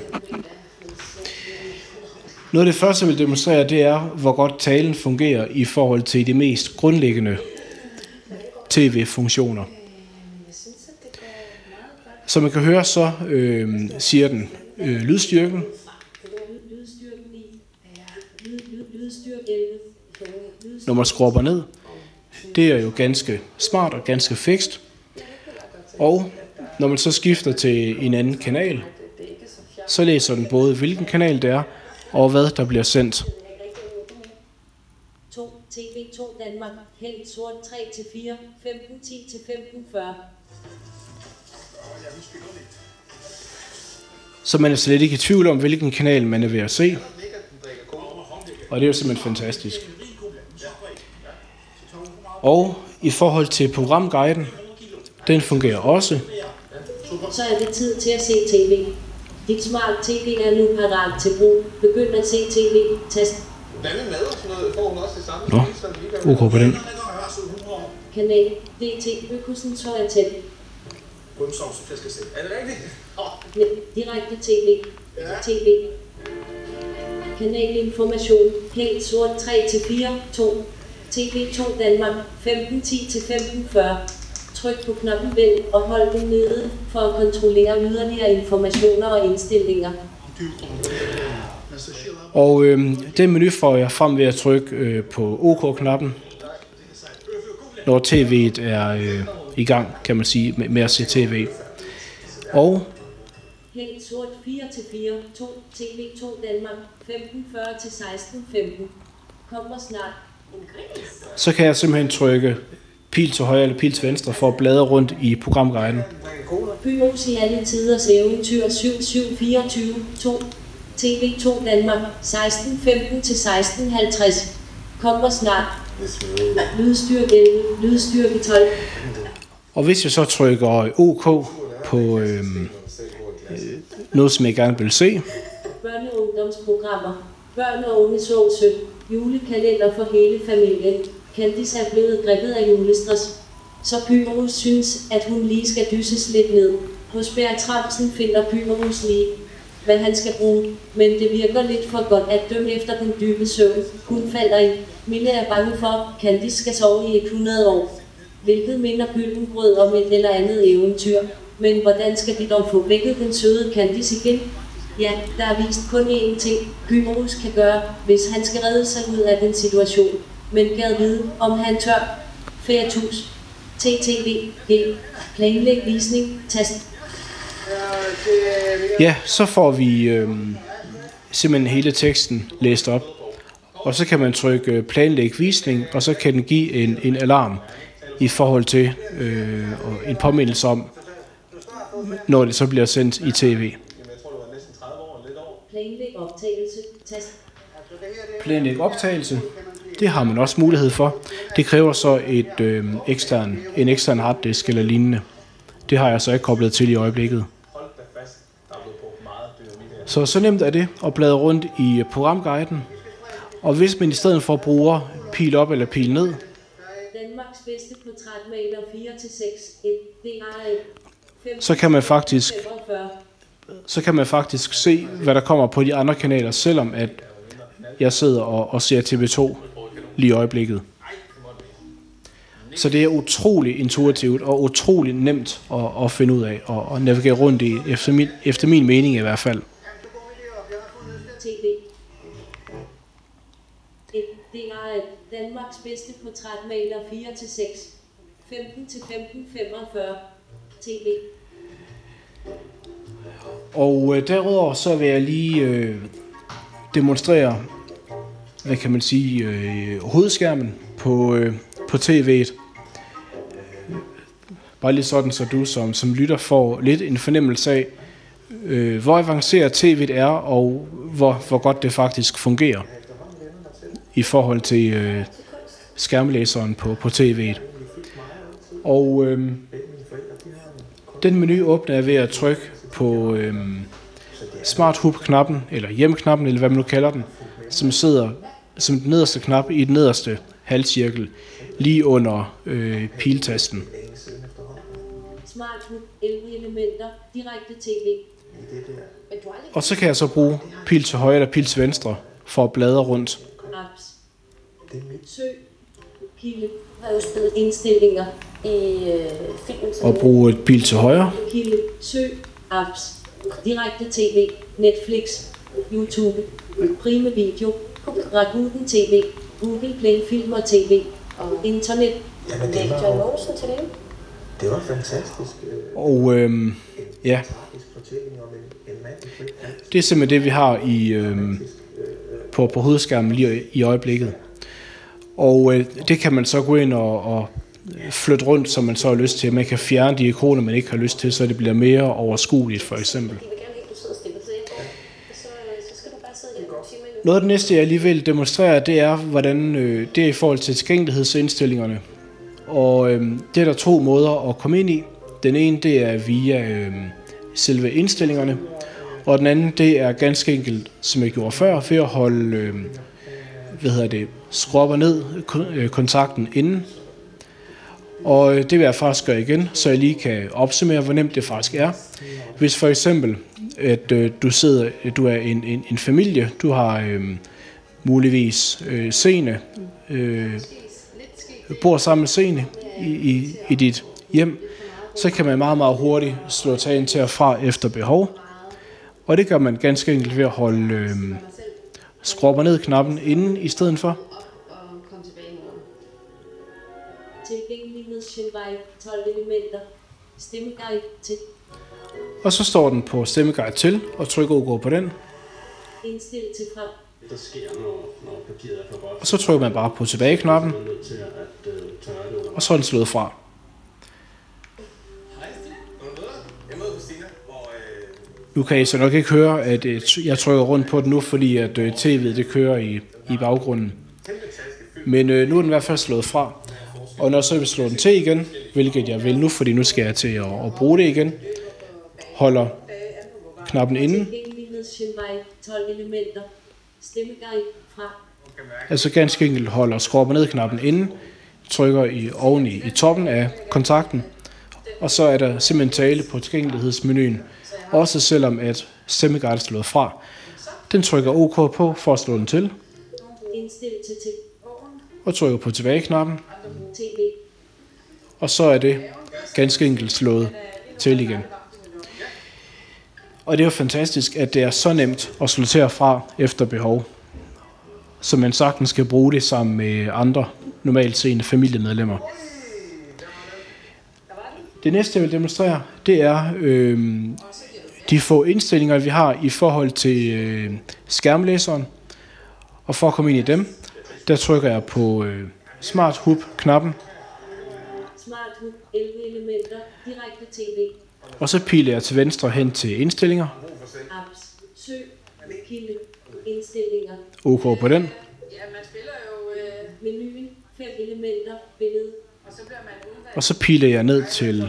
Noget af det første, jeg vil demonstrere, det er, hvor godt talen fungerer i forhold til de mest grundlæggende tv-funktioner. Som man kan høre, så øh, siger den øh, lydstyrken. Lydstyrke ni. Lyd, lyd, lydstyrke elleve. Når man skruer ned, det er jo ganske smart og ganske fikst. Og når man så skifter til en anden kanal, så læser den både hvilken kanal det er, og hvad der bliver sendt. to. T V to Danmark. Helt sort tre til fire. femten ti til femten fyrre. Så man er slet ikke i tvivl om, hvilken kanal man er ved at se. Og det er jo simpelthen fantastisk. Og i forhold til programguiden, den fungerer også. Så er det tid til at se tv. Dit smart tv er nu parat til brug. Begynd at se tv. Tast. Hvad med mad og sådan noget? Får hun også det samme? Nå, OK på den. Kanal D T Økosen Tøjertæt. Bundsovs og flæskesteg. Er det rigtigt? Direkte tv. tv. Kanalinformation. Helt sort tre til fire. to. T V to Danmark. femten ti til femten fyrre. Tryk på knappen vælg og hold den nede for at kontrollere yderligere informationer og indstillinger. Og øh, den menu får jeg frem ved at trykke øh, på OK-knappen, når tv'et er øh, i gang, kan man sige, med, med at se tv. Og Helt sort fire til fire. to. T V to Danmark. femten fyrre til seksten femten. Kommer snart. så kan jeg simpelthen trykke pil til højre eller pil til venstre for at bladre rundt i programguiden. Pyrus i alle tiders eventyr syv syv fireogtyve. to. T V to Danmark. seksten femten til seksten halvtreds. Kommer snart. Lydstyrke elleve. Lydstyrke tolv. Og hvis jeg så trykker OK på øh, øh, noget, som jeg gerne vil se, Børne- og ungdomsprogrammer. Børn og unge sovsø. Julekalender for hele familien. Candice er blevet grebet af julestress. Så Pyrus synes, at hun lige skal dysses lidt ned. Hos Bertramsen finder Pyrus lige, hvad han skal bruge. Men det virker lidt for godt at dømme efter den dybe søvn. Hun falder i. Mille er bange for, at Candice skal sove i hundrede år. Hvilket minder Gyldenbrød om et eller andet eventyr. Men hvordan skal de dog få vækket den søde Candice igen? Ja, der er vist kun én ting, Pyrus kan gøre, hvis han skal redde sig ud af den situation. Men gad vide, om han tør. Feritus. T T V. G. Planlæg visning. Tast. Ja, så får vi øh, simpelthen hele teksten læst op. Og så kan man trykke planlæg visning, og så kan den give en, en alarm i forhold til øh, og en påmindelse om, når det så bliver sendt i tv. Planlæg optagelse. Tast. Planlæg optagelse, det har man også mulighed for. Det kræver så et, øh, ekstern, en ekstern harddisk eller lignende. Det har jeg så ikke koblet til i øjeblikket. Så så nemt er det at bladre rundt i programguiden. Og hvis man i stedet for bruger pil op eller pil ned, Danmarks bedste portrætmaler fire til seks, et D R fem, så kan man faktisk femogfyrre. så kan man faktisk se, hvad der kommer på de andre kanaler, selvom at jeg sidder og, og ser T V to lige i øjeblikket. Så det er utrolig intuitivt og utrolig nemt at, at finde ud af og, og navigere rundt i, efter min, efter min mening i hvert fald. T V. Et D R Danmarks bedste portrætmaler fire til seks, femten til femten femogfyrre. T V. Og øh, derudover så vil jeg lige øh, demonstrere, hvad kan man sige, øh, hovedskærmen på, øh, på T V'et. Bare lige sådan, så du som, som lytter får lidt en fornemmelse af, øh, hvor avanceret T V'et er, og hvor, hvor godt det faktisk fungerer i forhold til øh, skærmlæseren på, på T V'et. Og øh, den menu åbner jeg ved at trykke på øh, Smart Hub-knappen, eller hjem-knappen, eller hvad man nu kalder den, som sidder som den nederste knap i den nederste halvcirkel, lige under øh, piltasten. Smart Hub, elleve elementer, direkte T V. Og så kan jeg så bruge pil til højre eller pil til venstre for at bladre rundt. Apps. Søg. Kilde. Indstillinger i øh, filmen. Og bruge et pil til højre. Kilde. Søg. Apps. Direkte T V. Netflix. YouTube. Prime Video. Rakuten T V. Google Play Film og T V. Internet. Jamen, det var John Mogensen til det. Det var fantastisk. Og øhm, ja, det er simpelthen det, vi har i, øhm, på, på hovedskærmen lige i øjeblikket. Og øh, det kan man så gå ind og, og flytte rundt, som man så har lyst til. Man kan fjerne de ikoner, man ikke har lyst til, så det bliver mere overskueligt, for eksempel. Noget af det næste, jeg lige vil demonstrere, det er, hvordan øh, det er i forhold til tilgængelighedsindstillingerne. Og øh, det er der to måder at komme ind i. Den ene, det er via øh, selve indstillingerne, og den anden, det er ganske enkelt, som jeg gjorde før, ved at holde, øh, hvad hedder det, skrue op og ned øh, kontakten inden. Og det vil jeg faktisk gøre igen, så jeg lige kan opsummere, hvor nemt det faktisk er. Hvis for eksempel, at øh, du sidder, du er en, en, en familie, du har øh, muligvis øh, Sene, øh, bor sammen med Sene i, i, i dit hjem, så kan man meget, meget hurtigt slå tagen til og fra efter behov. Og det gør man ganske enkelt ved at holde øh, skrue op og ned knappen inden i stedet for. Tilgængelighedsgenvej, tolv elementer, stemmeguide til. Og så står den på stemmeguide til, og trykker OK på den. Indstil til frem. Der sker, når, når papiret er for godt. Og så trykker man bare på tilbage-knappen, og så er den slået fra. Nu kan I så nok ikke høre, at jeg trykker rundt på den nu, fordi at tv'et det kører i, i baggrunden. Men øh, nu er den i hvert fald slået fra. Og når så jeg vil slå den til igen, hvilket jeg vil nu, fordi nu skal jeg til at, at bruge det igen, holder knappen inde. Altså ganske enkelt holder skrue op og ned knappen inde, trykker i oven i, i toppen af kontakten, og så er der simpelthen tale på tilgængelighedsmenuen, også selvom at stemmeguide er slået fra. Den trykker OK på for at slå den til, og trykker på tilbage-knappen, og så er det ganske enkelt slået til igen. Og det er jo fantastisk, at det er så nemt at sortere fra efter behov, så man sagtens skal bruge det sammen med andre normalt seende familiemedlemmer. Det næste, jeg vil demonstrere, det er øh, de få indstillinger, vi har i forhold til øh, skærmlæseren. Og for at komme ind i dem, der trykker jeg på øh, Smart Hub-knappen. Smart Hub, elleve elementer, direkte tv. Og så piler jeg til venstre hen til indstillinger. Apps, søg, kilde, indstillinger. OK på den. Ja, man spiller jo... Øh, Menuen, fem elementer, billede. og så bliver man udvalgt. Og så piler jeg ned til Lyd,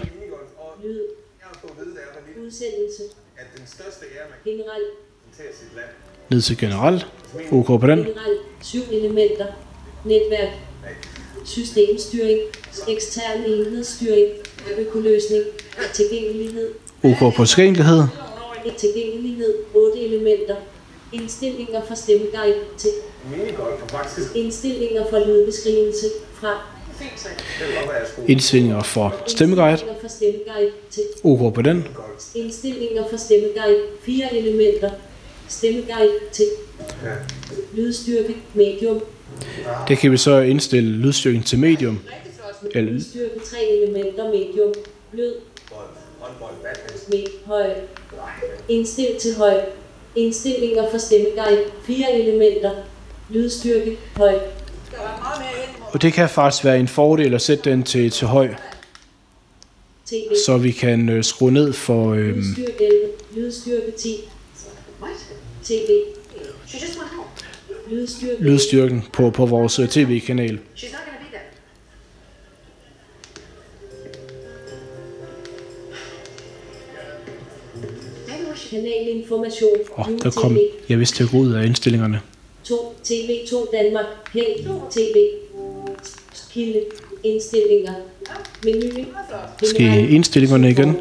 udsendelse, generelt, ned til generelt. OK på den. generelt, syv elementer, netværk, systemstyring, ekstern enhedsstyring, økoløsning, tilgængelighed, OK på tilgængelighed. tilgængelighed, otte elementer, indstillinger for stemmeguide til, indstillinger for lydbeskrivelse fra, Indstillinger for stemmeguide. indstillinger for stemmeguide til, OK på den. indstillinger for stemmeguide, fire elementer, stemmeguide til, lydstyrke, medium, Der kan vi så indstille lydstyrken til medium. Eller lydstyrke, tre elementer, medium, blød, med høj, indstil til høj, indstillinger for stemmeguide, fire elementer, lydstyrke, høj, Og det kan faktisk være en fordel at sætte den til, til høj, tv, så vi kan øh, skrue ned for øh, lydstyrke elleve, lydstyrke ti, tv, lydstyrke, lydstyrken på, på vores øh, tv-kanal. She's not gonna be there. kanalinformation, Og der kom, jeg vidste at gå ud af indstillingerne. to, T V to Danmark, Play, tv, kilde, indstillinger, menu, Skal i indstillingerne igen.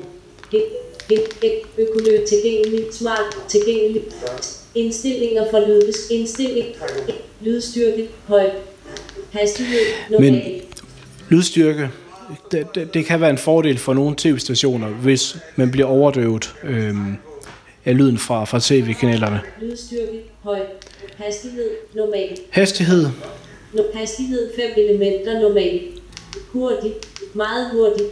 økolø, tilgængelig, smart, tilgængelig, indstillinger for lydbes, indstilling, lydstyrke, høj, hastighed, normal. Men lydstyrke, det, det, det kan være en fordel for nogle tv-stationer, hvis man bliver overdøvet øh, af lyden fra, fra tv-kanalerne. Lydstyrke, høj, hastighed, normal. Hastighed, No, hastighed, fem elementer, normal. Hurtig, meget hurtig.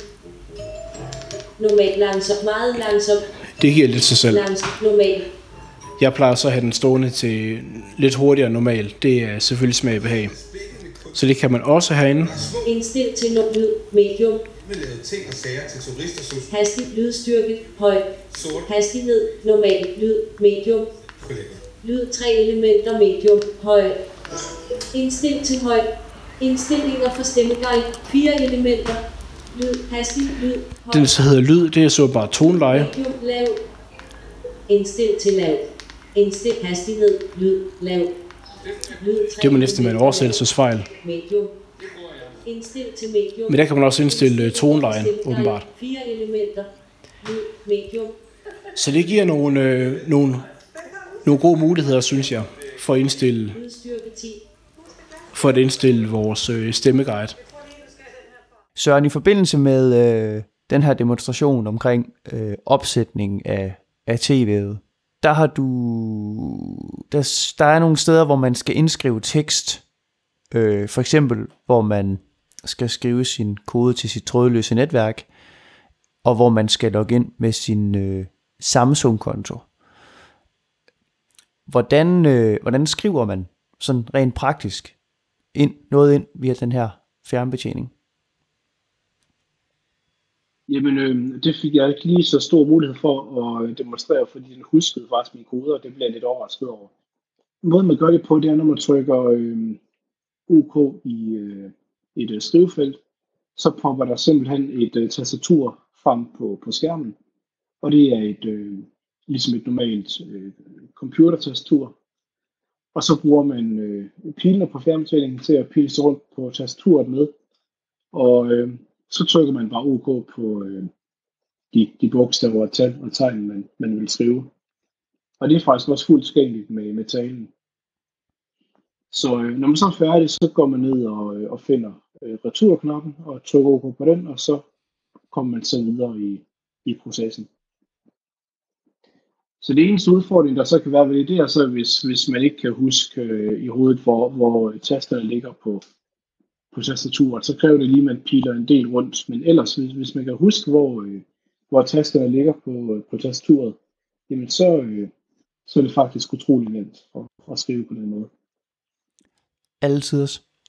Normal, langsom, meget langsom, det giver lidt sig selv. langsom, normal. Jeg plejer så at have den stående til lidt hurtigere end normalt. Det er selvfølgelig smag og behag. Så det kan man også herinde. Indstil til no, lyd, medium. Vi lavede ting og sager til turister, som Hastig, lydstyrke, høj. sort Hastighed, normal, lyd, medium. forlægger. Lyd, tre elementer, medium, høj. Indstil til høj. Indstillinger for stemmeguide, fire elementer. Lyd, hastig, lyd, høj. Den så hedder lyd, det er så bare toneleje. Medium, lav. Indstil til lav. Indstil hastighed, lyd, lav. Lyd, tre Det må næsten være en elementer, oversættelsesfejl. medium. Indstil til medium. Men der kan man også indstille tonelejen, åbenbart. Fire elementer. Lyd, medium. Så det giver nogle, øh, nogle, nogle gode muligheder, synes jeg, for at indstille, Lydstyrke ti. for at indstille vores øh, stemmeguide. Søren, i forbindelse med øh, den her demonstration omkring øh, opsætning af, af tv'et, der har du, der, der er nogle steder, hvor man skal indskrive tekst, øh, for eksempel, hvor man skal skrive sin kode til sit trådløse netværk, og hvor man skal logge ind med sin øh, Samsung-konto. Hvordan, øh, hvordan skriver man sådan rent praktisk ind, noget ind via den her fjernbetjening? Jamen, øh, det fik jeg ikke lige så stor mulighed for at demonstrere, fordi den huskede faktisk mine koder, og det blev jeg lidt overrasket over. Måden man gør det på, det er, når man trykker øh, OK i øh, et øh, skrivefelt, så popper der simpelthen et øh, tastatur frem på, på skærmen, og det er et øh, ligesom et normalt øh, computertastatur. Og så bruger man øh, piler på fjernbetjeningen til at pile sig rundt på tastaturet med, og øh, så trykker man bare OK på øh, de, de bogstaver og tal og tegn, man, man vil skrive. Og det er faktisk også fuldt tilgængeligt med, med talen. Så øh, når man så er færdig, så går man ned og, øh, og finder øh, returknappen og trykker OK på den, og så kommer man så videre i, i processen. Så det eneste udfordring, der så kan være ved det, er så, hvis, hvis man ikke kan huske øh, i hovedet, hvor, hvor tasterne ligger på, på tastaturet, så kræver det lige, at man piler en del rundt. Men ellers, hvis, hvis man kan huske, hvor, øh, hvor tasterne ligger på, på tastaturet, jamen så, øh, så er det faktisk utrolig nemt at, at skrive på den måde. Altid.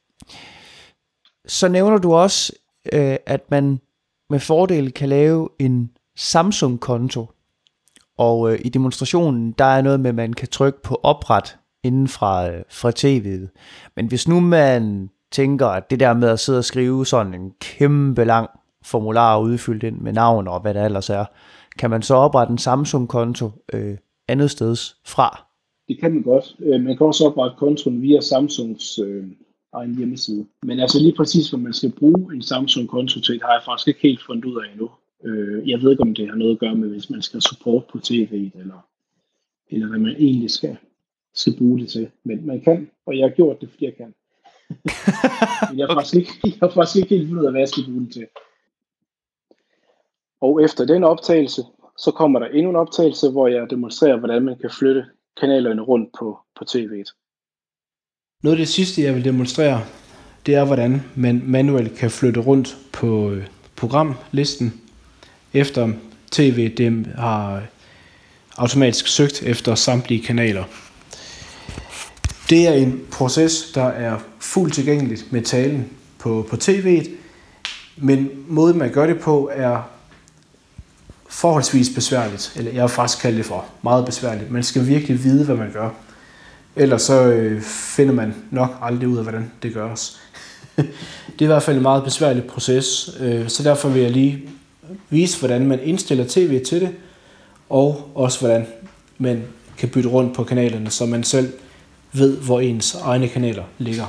Så nævner du også, øh, at man med fordel kan lave en Samsung-konto. Og øh, i demonstrationen, der er noget med, at man kan trykke på opret inden fra, øh, fra tv'et. Men hvis nu man tænker, at det der med at sidde og skrive sådan en kæmpe lang formular udfyldt ind med navn og hvad der ellers er, kan man så oprette en Samsung-konto øh, andet steds fra? Det kan man godt. Man kan også oprette kontoen via Samsungs øh, egen hjemmeside. Men altså lige præcis, hvor man skal bruge en Samsung-konto til, har jeg faktisk ikke helt fundet ud af endnu. Jeg ved ikke, om det har noget at gøre med, hvis man skal support på tv'et, eller, eller hvad man egentlig skal, skal bruge det til. Men man kan, og jeg har gjort det, fordi jeg kan. Men jeg har, okay. faktisk ikke, jeg har faktisk ikke helt fundet ud af, hvad jeg skal bruge det til. Og efter den optagelse, så kommer der endnu en optagelse, hvor jeg demonstrerer, hvordan man kan flytte kanalerne rundt på, på tv'et. Noget af det sidste, jeg vil demonstrere, det er, hvordan man manuelt kan flytte rundt på programlisten, efter tv dem har automatisk søgt efter samtlige kanaler. Det er en proces, der er fuldt tilgængeligt med talen på, på tv'et, men måden man gør det på er forholdsvis besværligt, eller jeg vil faktisk kalde det for meget besværligt. Man skal virkelig vide, hvad man gør. Ellers så øh, finder man nok aldrig ud af, hvordan det gøres. Det er i hvert fald en meget besværlig proces, øh, så derfor vil jeg lige vise, hvordan man indstiller tv til det, og også hvordan man kan bytte rundt på kanalerne, så man selv ved, hvor ens egne kanaler ligger.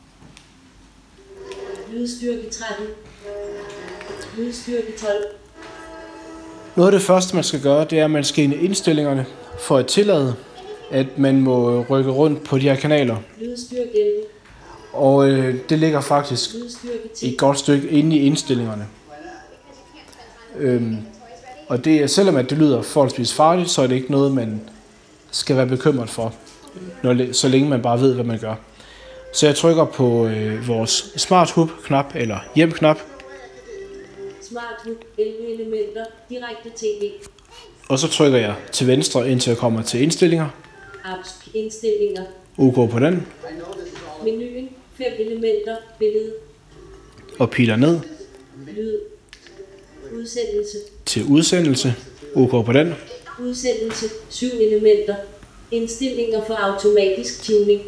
Lydstyrke tretten. Lydstyrke tolv. Noget af det første, man skal gøre, det er, at man skal ind i indstillingerne for at tillade, at man må rykke rundt på de her kanaler. Lydstyrke elleve. Og øh, det ligger faktisk et godt stykke inde i indstillingerne. Øhm, og det er, selvom at det lyder forholdsvis farligt, så er det ikke noget, man skal være bekymret for, når, så længe man bare ved, hvad man gør. Så jeg trykker på øh, vores Smart Hub-knap, eller Hjem-knap. Smart Hub, elleve elementer, direkte tv. Og så trykker jeg til venstre, indtil jeg kommer til indstillinger. Apps, indstillinger. OK på den. Menuen, fem elementer, billede. Og piler ned. Lyd. Udsendelse. Til udsendelse. OK på den. Udsendelse, syv elementer. Indstillinger for automatisk tuning.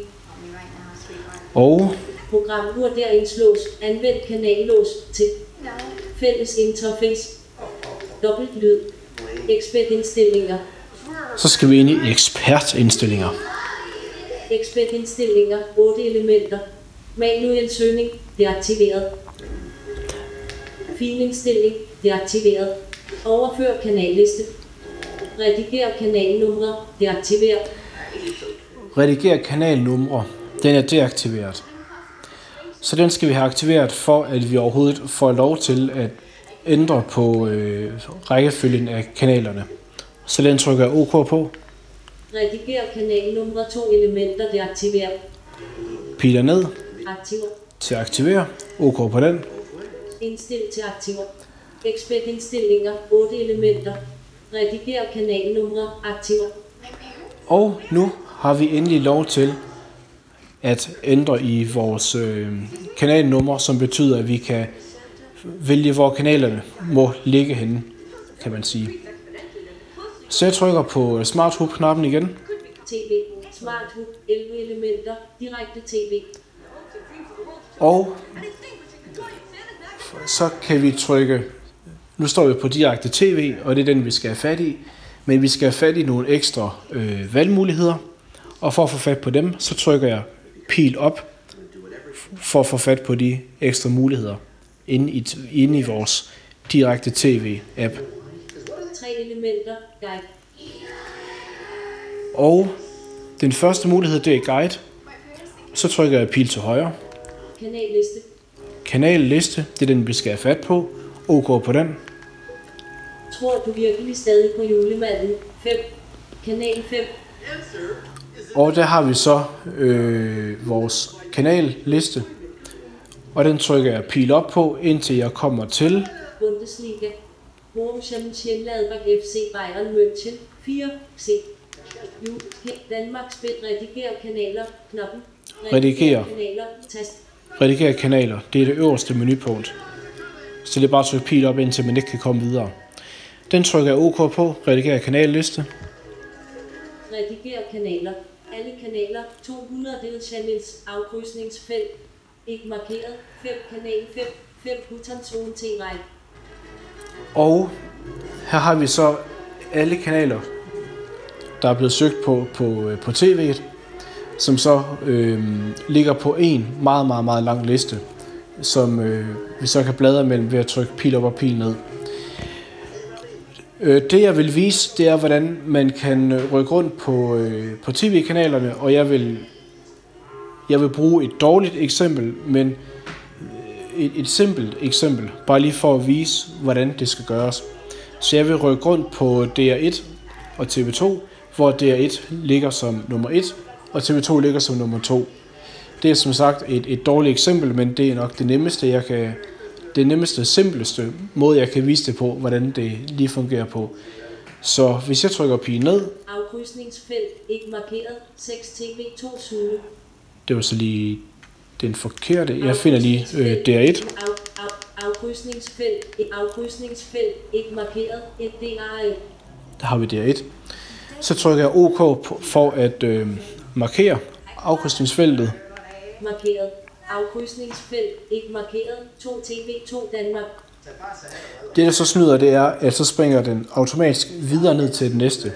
Og program vurderingslås. Anvend kanallås til fælles interface. Dobbelt lyd. Ekspertindstillinger. Så skal vi ind i ekspertindstillinger. Ekspertindstillinger, otte elementer. Manuel søgning, deaktiveret. Filindstilling, deaktiveret. Overfør kanalliste. Rediger kanalnumre, deaktiveret. Rediger kanalnumre, den er deaktiveret. Så den skal vi have aktiveret, for at vi overhovedet får lov til at ændre på øh, rækkefølgen af kanalerne. Så den trykker jeg OK på. Rediger kanalnumre, to elementer, deaktiveret. Piler ned. Aktiver. Til at aktivere. OK på den. Indstil til aktiver. Ekspertindstillinger, otte elementer. Rediger kanalnumre, aktiver. Og nu har vi endelig lov til at ændre i vores øh, kanalnummer, som betyder, at vi kan vælge, hvor kanalerne må ligge henne, kan man sige. Så jeg trykker på Smart Hub-knappen igen. T V. Smart Hub, elleve elementer, direkte tv. Og så kan vi trykke, nu står vi på direkte tv, og det er den, vi skal have fat i. Men vi skal have fat i nogle ekstra øh, valgmuligheder. Og for at få fat på dem, så trykker jeg pil op, for at få fat på de ekstra muligheder inde i, inde i vores direkte tv-app. Tre elementer, guide. Og den første mulighed, det er guide. Så trykker jeg pil til højre. Kanalliste. Kanalliste, det er den, vi skal have fat på. OK på den. Tror du virkelig stadig på julemanden? fem. Kanal fem. Og der har vi så øh, vores kanalliste. Og den trykker jeg pil op på, indtil jeg kommer til Bundesliga. Borussia Mönchengladbach F C Bayern München. fire. C. U. Danmark spil. Rediger kanaler. Knappen. Rediger. Kanaler. Tast. Redigere kanaler. Det er det øverste menupunkt. Så det er bare at trykke pil op, indtil man ikke kan komme videre. Den trykker jeg OK på. Redigere kanalliste. Rediger kanaler. Alle kanaler. to hundrede del channels. Afkrydsningsfelt. Ikke markeret. fem. Kanal fem. fem. Buttonzone T-række. Og her har vi så alle kanaler, der er blevet søgt på på, på tv'et, som så øh, ligger på en meget, meget, meget lang liste, som øh, vi så kan bladre mellem ved at trykke pil op og pil ned. Øh, det jeg vil vise, det er, hvordan man kan rykke rundt på, øh, på tv-kanalerne, og jeg vil, jeg vil bruge et dårligt eksempel, men et, et simpelt eksempel, bare lige for at vise, hvordan det skal gøres. Så jeg vil rykke rundt på D R et og T V to, hvor D R et ligger som nummer et, og T V to ligger som nummer to. Det er som sagt et, et dårligt eksempel, men det er nok det nemmeste, jeg kan, det nemmeste, simpleste måde, jeg kan vise det på, hvordan det lige fungerer på. Så hvis jeg trykker pil ned, afkrydsningsfelt ikke markeret, seks T V to Zulu. Det var så lige den forkerte. Jeg finder lige øh, D R et. Af, af, afkrydsningsfelt, afkrydsningsfelt ikke markeret, et D R et. Der har vi D R et. Så trykker jeg OK for at øh, markere afkrydsningsfeltet. Markeret. Afkrydsningsfelt ikke markeret, to T V to Danmark. Det der så snyder, det er, at så springer den automatisk videre ned til det næste.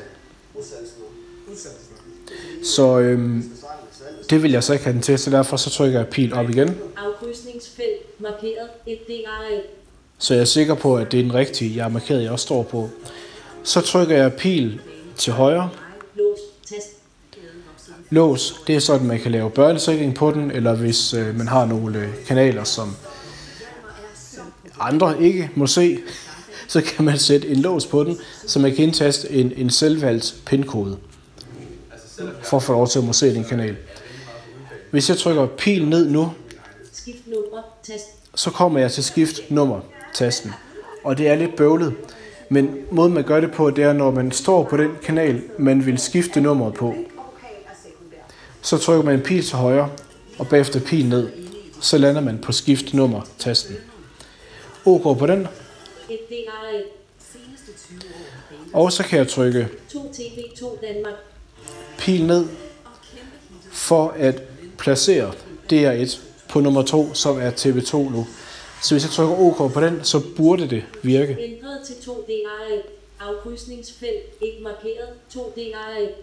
Så øhm, det vil jeg så ikke have den til, så derfor så trykker jeg pil op igen. Afkrydsningsfelt markeret, et D R et. Så jeg er sikker på, at det er den rigtige, jeg har markeret, jeg også står på. Så trykker jeg pil til højre. Lås, tast. Lås, det er sådan, man kan lave børnesikring på den, eller hvis øh, man har nogle øh, kanaler, som andre ikke må se, så kan man sætte en lås på den, så man kan indtaste en, en selvvalgt pin-kode, for at få lov til at må se den kanal. Hvis jeg trykker pil ned nu, Skift nummer, tast. så kommer jeg til skift nummer-tasten, og det er lidt bøvlet. Men måden man gør det på, det er, når man står på den kanal, man vil skifte nummeret på. Så trykker man en pil til højre, og bagefter pil ned. Så lander man på skift nummer-tasten. OK på den. Et D R et. Og så kan jeg trykke to T V to Danmark. pil ned, for at placere D R et på nummer to, som er T V to nu. Så hvis jeg trykker OK på den, så burde det virke. Ændret til to D R et. Afkrydsningsfelt ikke markeret, to D R et.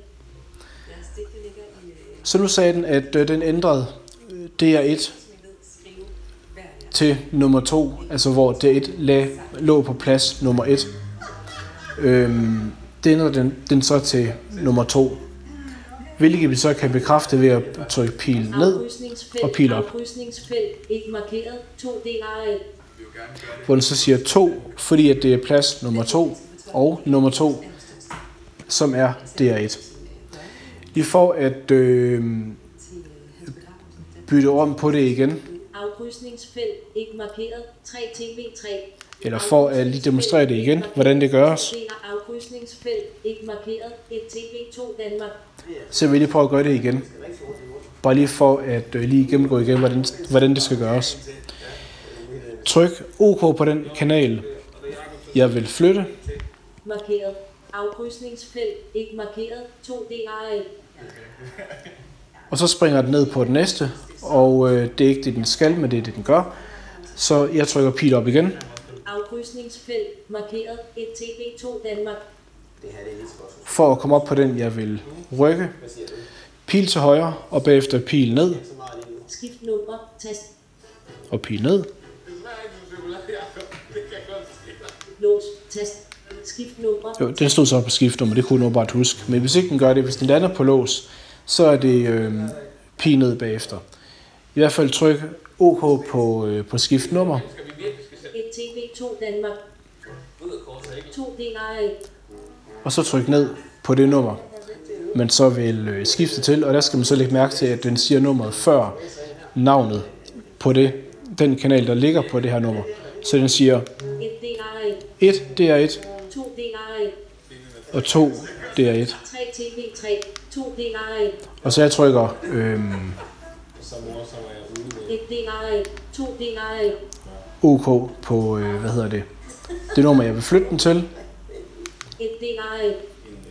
Så nu sagde den, at øh, den ændrede D R et til nummer to, altså hvor D R et lag, lå på plads nummer et. Øhm, det ændrede den, den så til nummer to, hvilket vi så kan bekræfte ved at trykke pil ned og pil op. Afkrydsningsfelt ikke markeret, to D R et. Hvor den så siger to, fordi at det er plads nummer to og nummer to, som er D R et. I får at øh, bytte om på det igen, Afkrydsningsfelt ikke markeret, tre T V tre. eller for at lige demonstrere det igen, hvordan det gøres. Afkrydsningsfelt ikke markeret, et T V to Danmark. Så vil jeg lige prøve at gøre det igen. Bare lige for at øh, lige gennemgå igen, hvordan, hvordan det skal gøres. Tryk OK på den kanal, jeg vil flytte. Markeret. Afkrydsningsfelt ikke markeret, to D R et. Og så springer den ned på den næste, og øh, det er ikke det, den skal, men det er det, den gør. Så jeg trykker pil op igen. Afkrydsningsfelt markeret, et T V to Danmark. For at komme op på den, jeg vil rykke. Pil til højre, og bagefter pil ned. Skift nummer, tast. Og pil ned. Lås, tast. Skift nummer. Jo, den stod så på skift nummer, det kunne jeg bare huske. Men hvis ikke den gør det, hvis den lander på lås, så er det øh, pil ned bagefter. I hvert fald tryk OK på, øh, på skift nummer. Et T V to Danmark. to D R A. Og så tryk ned på det nummer, man så vil øh, skifte til, og der skal man så lægge mærke til, at den siger nummeret før navnet på det, den kanal, der ligger på det her nummer. Så den siger et D R et, to D R A, og to D R et. tre T V tre, to D R A, Og så jeg trykker øhm, et D R A, to D R A, OK på, øh, hvad hedder det, det nummer, jeg vil flytte den til. et D R A,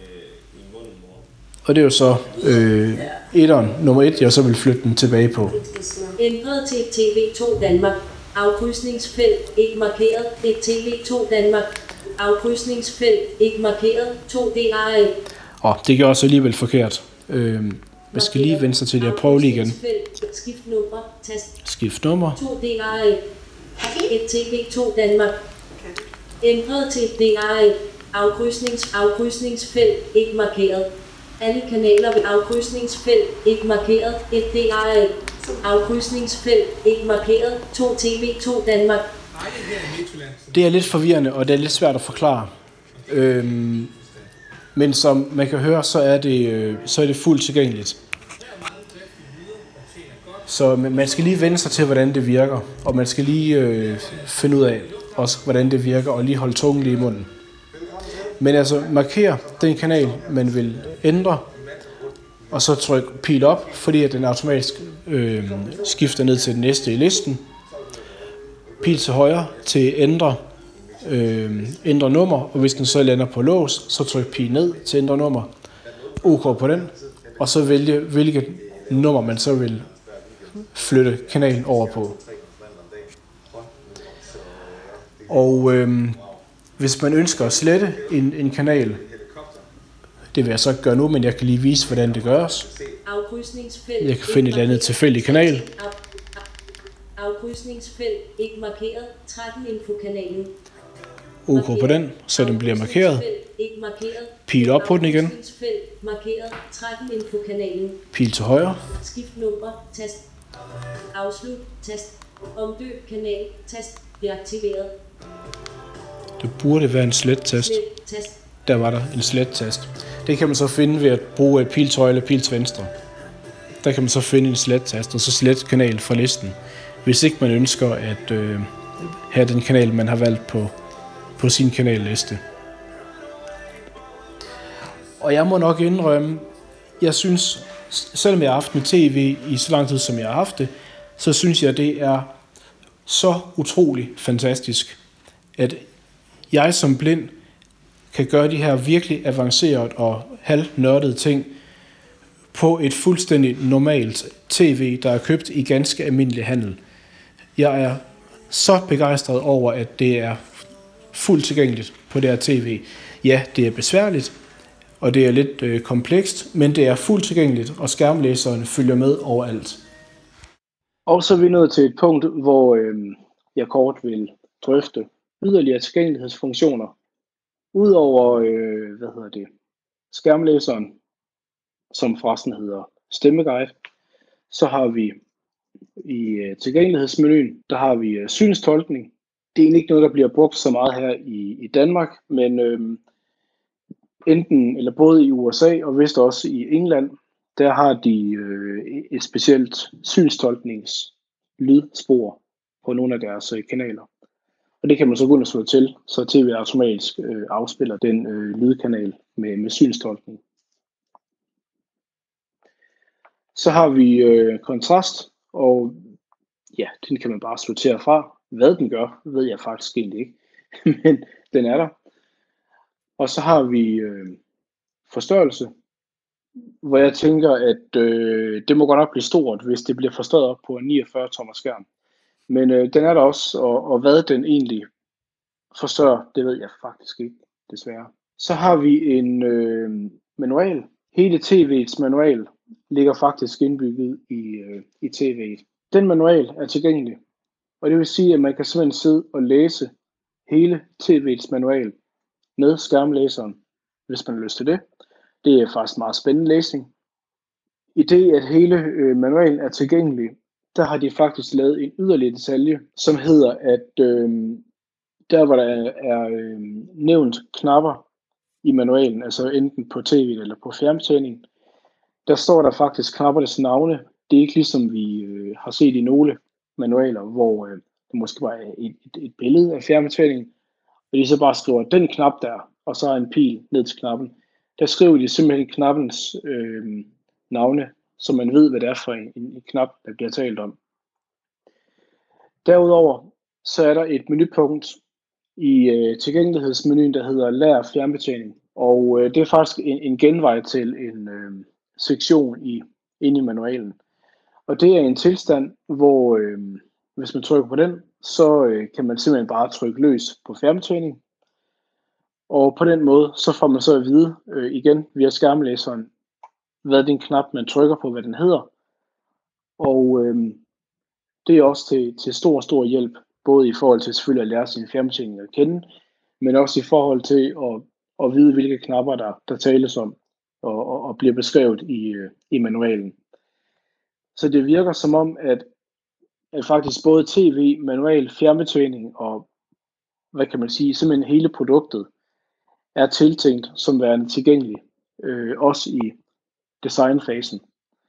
Og det er jo så øh, etteren, nummer et, jeg så vil flytte den tilbage på. ændret til T V to Danmark. Afkrydsningsfelt ikke markeret. Et T V to Danmark. Afkrydsningsfelt ikke markeret. to D R A. Og det gør også alligevel forkert. Øh, jeg skal lige vende sig til det. Jeg prøver lige igen. Skift nummer. Tast. Skift nummer. to D R A. Et T V to Danmark. Ændret til D R A. Afkrydsnings, afkrydsningsfelt ikke markeret. Alle kanaler ved afkrydsningsfelt ikke markeret. Et D R A. Afkrydsningsfelt ikke markeret. to T V to Danmark. Det er lidt forvirrende, og det er lidt svært at forklare. Øhm, men som man kan høre, så er det, øh, så er det fuldt tilgængeligt. Så man skal lige vende sig til, hvordan det virker, og man skal lige øh, finde ud af også, hvordan det virker, og lige holde tungen lige i munden. Men altså, marker den kanal, man vil ændre, og så tryk pil op, fordi at den automatisk øh, skifter ned til den næste i listen. Pil til højre til ændre, øh, ændre nummer, og hvis den så lander på lås, så tryk pil ned til ændre nummer. OK på den, og så vælge, hvilket nummer man så vil flytte kanalen over på. Og øh, hvis man ønsker at slette en, en kanal, det vil jeg så ikke gøre nu, men jeg kan lige vise, hvordan det gøres. Jeg kan finde et eller andet tilfældigt kanal. Afkrydsningsfelt ikke markeret. tretten infokanalen. OK på den, så den bliver markeret. Ikke markeret. Pil op på den igen. Afkrydsningsfelt markeret. tretten infokanalen. Pil til højre. Skift nummer. Tast. Afslut. Tast. Omdøb kanal. Tast. Deaktiveret. Det burde være en slet-tast. Der var der en slet-tast. Det kan man så finde ved at bruge et pil til højre eller pil til venstre. Der kan man så finde en slet-tast, og så slet kanal fra listen. Hvis ikke man ønsker at øh, have den kanal, man har valgt på, på sin kanalliste. Og jeg må nok indrømme, jeg synes, selvom jeg har haft med tv i så lang tid, som jeg har haft det, så synes jeg, det er så utrolig fantastisk, at jeg som blind kan gøre de her virkelig avancerede og halvnørdede ting på et fuldstændig normalt tv, der er købt i ganske almindelig handel. Jeg er så begejstret over, at det er fuldt tilgængeligt på det her tv. Ja, det er besværligt, og det er lidt øh, komplekst, men det er fuldt tilgængeligt, og skærmlæseren følger med overalt. Og så er vi nået til et punkt, hvor øh, jeg kort vil drøfte yderligere tilgængelighedsfunktioner. Udover øh, hvad hedder det, skærmlæseren, som forresten hedder Stemmeguide, så har vi i øh, tilgængelighedsmenuen, der har vi øh, synstolkning. Det er egentlig ikke noget, der bliver brugt så meget her i, i Danmark, men øh, enten eller både i U S A og vist også i England, der har de øh, et specielt synstolkningslydspor på nogle af deres øh, kanaler. Og det kan man så gå ind og slå til, så T V automatisk øh, afspiller den øh, lydkanal med, med synstolkning. Så har vi øh, kontrast, og ja, den kan man bare sortere fra. Hvad den gør, ved jeg faktisk egentlig ikke, men den er der. Og så har vi øh, forstørrelse, hvor jeg tænker, at øh, det må godt nok blive stort, hvis det bliver forstørret op på en niogfyrre tommer skærm. Men øh, den er der også, og, og hvad den egentlig forstørrer, det ved jeg faktisk ikke, desværre. Så har vi en øh, manual. Hele tv'ets manual ligger faktisk indbygget i, øh, i tv'et. Den manual er tilgængelig, og det vil sige, at man kan simpelthen sidde og læse hele tv'ets manual med skærmlæseren, hvis man har lyst til det. Det er faktisk meget spændende læsning. I det, at hele øh, manualen er tilgængelig, der har de faktisk lavet en yderligere detalje, som hedder, at øh, der hvor der er, er øh, nævnt knapper i manualen, altså enten på tv eller på fjernbetjeningen, der står der faktisk knappernes navne. Det er ikke ligesom vi øh, har set i nogle manualer, hvor øh, det måske bare er et, et, et billede af fjernbetjeningen, og de så bare skriver den knap der, og så er en pil ned til knappen. Der skriver de simpelthen knappens øh, navne, så man ved, hvad det er for en, en, en knap, der bliver talt om. Derudover så er der et menupunkt i øh, tilgængelighedsmenuen, der hedder Lær fjernbetjening. Og øh, det er faktisk en, en genvej til en øh, sektion i, inde i manualen. Og det er en tilstand, hvor øh, hvis man trykker på den, så øh, kan man simpelthen bare trykke løs på fjernbetjening. Og på den måde, så får man så at vide øh, igen via skærmlæseren, hvad den knap, man trykker på, hvad den hedder. Og øh, det er også til, til stor, stor hjælp, både i forhold til selvfølgelig at lære sin fjernbetjening at kende, men også i forhold til at, at vide, hvilke knapper, der, der tales om og, og, og bliver beskrevet i, i manualen. Så det virker som om, at, at faktisk både tv, manual, fjernbetjening og, hvad kan man sige, simpelthen hele produktet er tiltænkt som værende tilgængelig, øh, også i designfasen.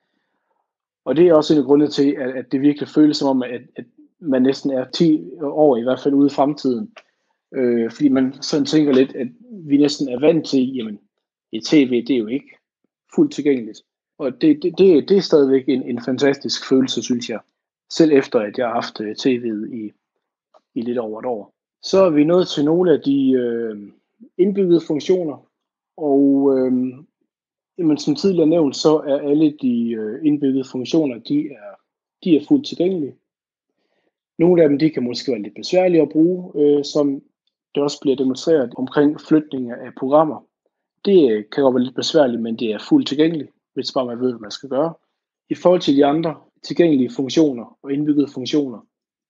Og det er også en af grundene til, at, at det virkelig føles som om, at, at man næsten er ti år i hvert fald ude i fremtiden. Øh, fordi man sådan tænker lidt, at vi næsten er vant til, jamen et tv, det er jo ikke fuldt tilgængeligt. Og det, det, det, det er stadigvæk en, en fantastisk følelse, synes jeg. Selv efter, at jeg har haft tv'et i, i lidt over et år. Så er vi nået til nogle af de øh, indbyggede funktioner. Og øh, jamen, som tidligere nævnt, så er alle de øh, indbyggede funktioner, de er, de er fuldt tilgængelige. Nogle af dem, de kan måske være lidt besværlige at bruge, øh, som det også bliver demonstreret omkring flytning af programmer. Det øh, kan godt være lidt besværligt, men det er fuldt tilgængeligt, hvis bare man ved, hvad man skal gøre. I forhold til de andre tilgængelige funktioner og indbyggede funktioner,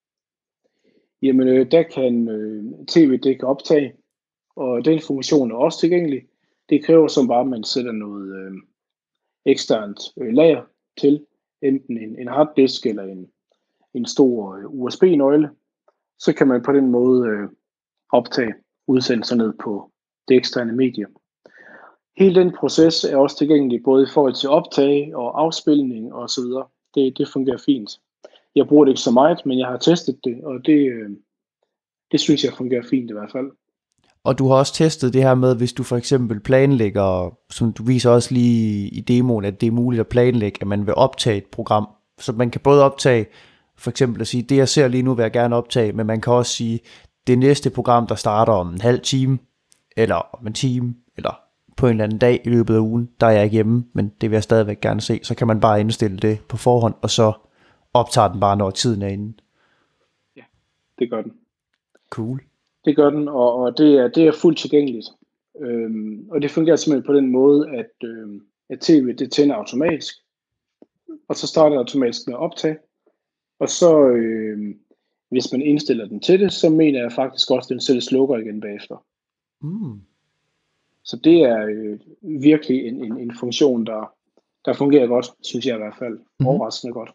jamen øh, der kan øh, tv-dække optage, og den funktion er også tilgængelig. Det kræver som bare, at man sætter noget øh, eksternt øh, lager til, enten en, en harddisk eller en, en stor øh, U S B-nøgle. Så kan man på den måde øh, optage udsendelser ned på det eksterne medie. Hele den proces er også tilgængelig både i forhold til optag og afspilning osv. Det, det fungerer fint. Jeg bruger det ikke så meget, men jeg har testet det, og det, øh, det synes jeg fungerer fint i hvert fald. Og du har også testet det her med, hvis du for eksempel planlægger, som du viser også lige i demoen, at det er muligt at planlægge, at man vil optage et program. Så man kan både optage, for eksempel at sige, det jeg ser lige nu vil jeg gerne optage, men man kan også sige, det næste program, der starter om en halv time, eller om en time, eller på en eller anden dag i løbet af ugen, der er jeg ikke hjemme, men det vil jeg stadigvæk gerne se. Så kan man bare indstille det på forhånd, og så optager den bare, når tiden er inde. Ja, det gør den. Cool. Det gør den, og, og det, er, det er fuldt tilgængeligt. Øhm, og det fungerer simpelthen på den måde, at, øhm, at tv det tænder automatisk, og så starter det automatisk med at optage. Og så, øhm, hvis man indstiller den til det, så mener jeg faktisk også, at den selv slukker igen bagefter. Mm. Så det er øh, virkelig en, en, en funktion, der, der fungerer godt, synes jeg i hvert fald. Mm-hmm. Overraskende godt.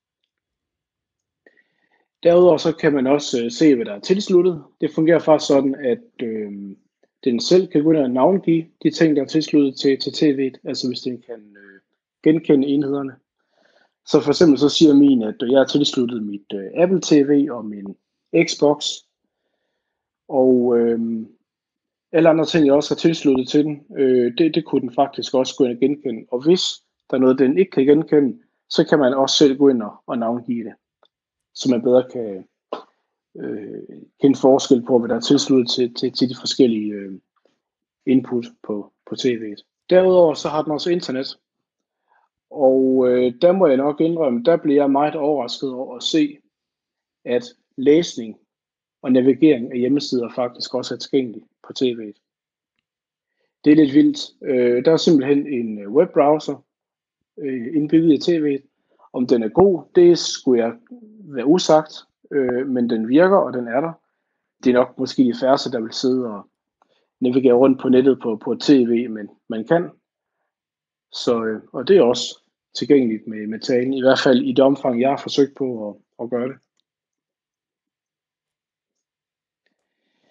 Derudover så kan man også øh, se, hvad der er tilsluttet. Det fungerer faktisk sådan, at øh, den selv kan gå ind og navngive de ting, der er tilsluttet til, til tv'et, altså hvis den kan øh, genkende enhederne. Så for eksempel så siger min, at jeg har tilsluttet mit øh, Apple T V og min Xbox, og øh, alle andre ting, jeg også har tilsluttet til den, øh, det, det kunne den faktisk også gå ind og genkende. Og hvis der er noget, den ikke kan genkende, så kan man også selv gå ind og, og navngive det, så man bedre kan øh, kende forskel på, hvad der er tilsluttet til, til, til de forskellige øh, input på, på tv'et. Derudover så har den også internet, og øh, der må jeg nok indrømme, der bliver jeg meget overrasket over at se, at læsning og navigering af hjemmesider faktisk også er tilgængelig på tv'et. Det er lidt vildt. Øh, der er simpelthen en webbrowser øh, indbygget i tv'et. Om den er god, det skulle jeg være usagt, øh, men den virker, og den er der. Det er nok måske de færreste, der vil sidde og navigere rundt på nettet på, på et tv, men man kan. Så, øh, og det er også tilgængeligt med, med talen, i hvert fald i det omfang, jeg har forsøgt på at, at gøre det.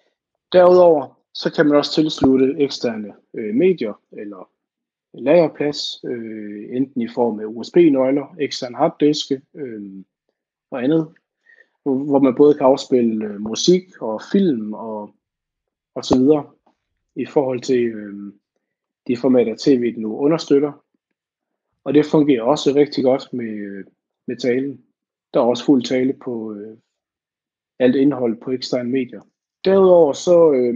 Derudover så kan man også tilslutte eksterne øh, medier eller lagerplads, øh, enten i form af U S B-nøgler, eksterne harddiske øh, og andet, hvor man både kan afspille øh, musik og film og, og så videre i forhold til øh, de formater, tv'et nu understøtter. Og det fungerer også rigtig godt med, med talen. Der er også fuld tale på øh, alt indhold på eksterne medier. Derudover så øh,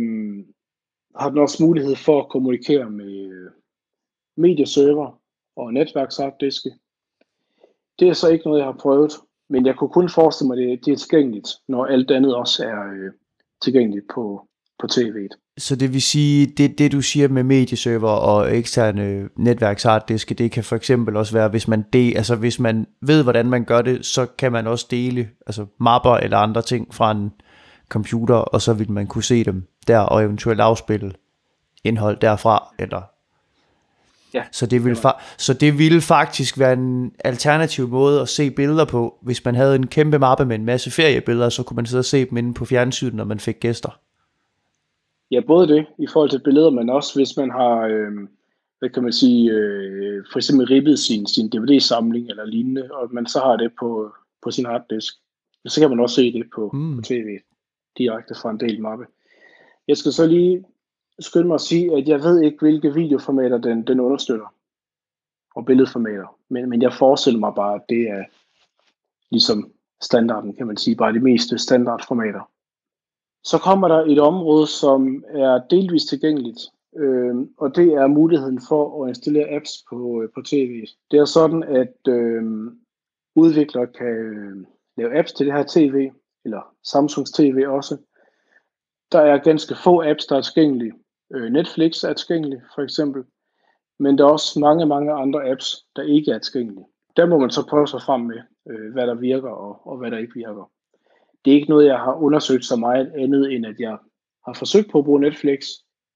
har den også mulighed for at kommunikere med øh, medieserver og netværksharddiske. Det er så ikke noget, jeg har prøvet, men jeg kunne kun forestille mig, at det er tilgængeligt, når alt andet også er øh, tilgængeligt på, på tv'et. Så det vil sige, det, det du siger med medieserver og eksterne netværksharddiske, det kan for eksempel også være, hvis man, de, altså hvis man ved, hvordan man gør det, så kan man også dele altså mapper eller andre ting fra en computer, og så vil man kunne se dem der, og eventuelt afspille indhold derfra, eller... Ja, så, det vil fa- så det ville faktisk være en alternativ måde at se billeder på. Hvis man havde en kæmpe mappe med en masse feriebilleder, så kunne man sidde og se dem inde på fjernsynet, når man fik gæster. Ja, både det i forhold til billeder, men også hvis man har, øh, hvad kan man sige, øh, for eksempel ribbet sin, sin D V D-samling eller lignende, og man så har det på, på sin harddisk. Så kan man også se det på, mm. på tv'et, direkte fra en del mappe. Jeg skal så lige skynde mig at sige, at jeg ved ikke, hvilke videoformater den, den understøtter, og billedformater, men, men jeg forestiller mig bare, at det er ligesom standarden, kan man sige, bare de meste standardformater. Så kommer der et område, som er delvist tilgængeligt, øh, og det er muligheden for at installere apps på, på tv'et. Det er sådan, at øh, udviklere kan øh, lave apps til det her tv, eller Samsungs tv også. Der er ganske få apps, der er tilgængelige. Øh, Netflix er tilgængelig, for eksempel, men der er også mange, mange andre apps, der ikke er tilgængelige. Der må man så prøve sig frem med, øh, hvad der virker og, og hvad der ikke virker. Det er ikke noget, jeg har undersøgt så meget andet, end at jeg har forsøgt på at bruge Netflix.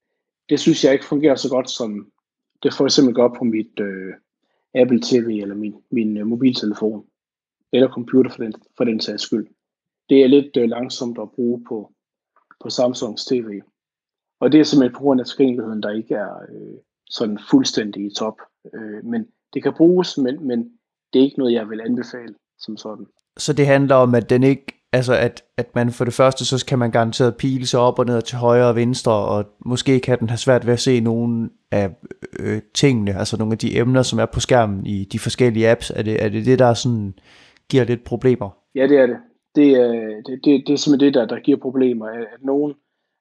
Det synes jeg ikke fungerer så godt, som det for eksempel gør på mit øh, Apple T V eller min, min øh, mobiltelefon. Eller computer for den, for den sags skyld. Det er lidt øh, langsomt at bruge på, på Samsungs T V. Og det er simpelthen på grund af tilgængeligheden, der ikke er øh, sådan fuldstændig i top. Øh, men det kan bruges, men, men det er ikke noget, jeg vil anbefale som sådan. Så det handler om, at den ikke, altså at, at man for det første, så kan man garanteret pile sig op og ned til højre og venstre, og måske kan den have svært ved at se nogle af øh, tingene, altså nogle af de emner, som er på skærmen i de forskellige apps. Er det er det, det der sådan giver lidt problemer? Ja, det er det. Det er, det, det, det er simpelthen det, der, der giver problemer. At, at nogle,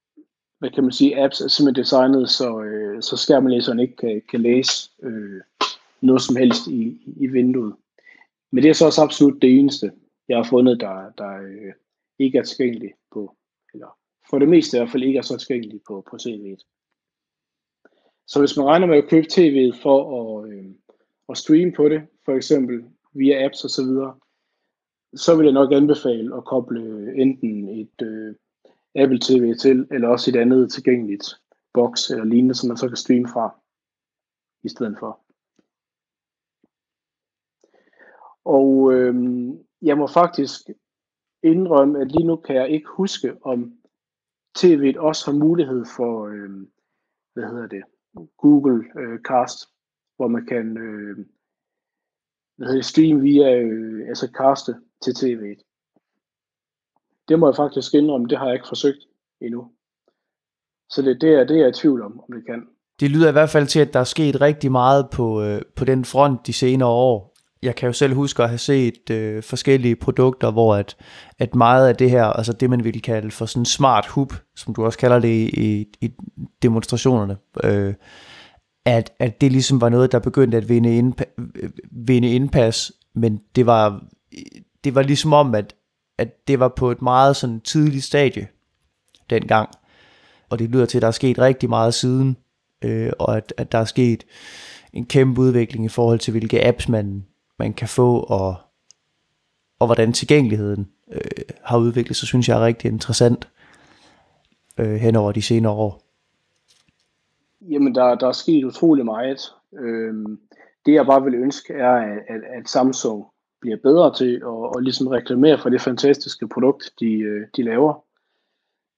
hvad kan man sige, apps er simpelthen designet, så, øh, så skærmlæseren ikke kan, kan læse øh, noget som helst i, i vinduet. Men det er så også absolut det eneste, jeg har fundet, der, der øh, ikke er tilgængeligt på, eller for det meste i hvert fald ikke er så tilgængeligt på, på tv'et. Så hvis man regner med at købe tv'et for at, øh, at streame på det, for eksempel via apps og så videre, så vil jeg nok anbefale at koble enten et øh, Apple T V til, eller også et andet tilgængeligt box eller lignende, som man så kan streame fra i stedet for. Og øh, jeg må faktisk indrømme, at lige nu kan jeg ikke huske, om tv'et også har mulighed for, øh, hvad hedder det, Google øh, Cast, hvor man kan øh, hvad hedder det, streame via, øh, altså caste til tv'et. Det må jeg faktisk indrømme, det har jeg ikke forsøgt endnu. Så det, det, er, det er jeg i tvivl om, om det kan. Det lyder i hvert fald til, at der er sket rigtig meget på, øh, på den front de senere år. Jeg kan jo selv huske at have set øh, forskellige produkter, hvor at, at meget af det her, altså det man ville kalde for sådan smart hub, som du også kalder det i, i, i demonstrationerne, øh, at, at det ligesom var noget, der begyndte at vinde, indpa- vinde indpas, men det var, det var ligesom om, at, at det var på et meget sådan tidligt stadie dengang, og det lyder til, at der er sket rigtig meget siden, øh, og at, at der er sket en kæmpe udvikling i forhold til, hvilke apps man, man kan få, og, og hvordan tilgængeligheden øh, har udviklet sig, synes jeg er rigtig interessant øh, hen over de senere år. Jamen, der, der er sket utrolig meget. Øhm, det jeg bare vil ønske er, at, at Samsung bliver bedre til at, at ligesom reklamere for det fantastiske produkt, de, de laver.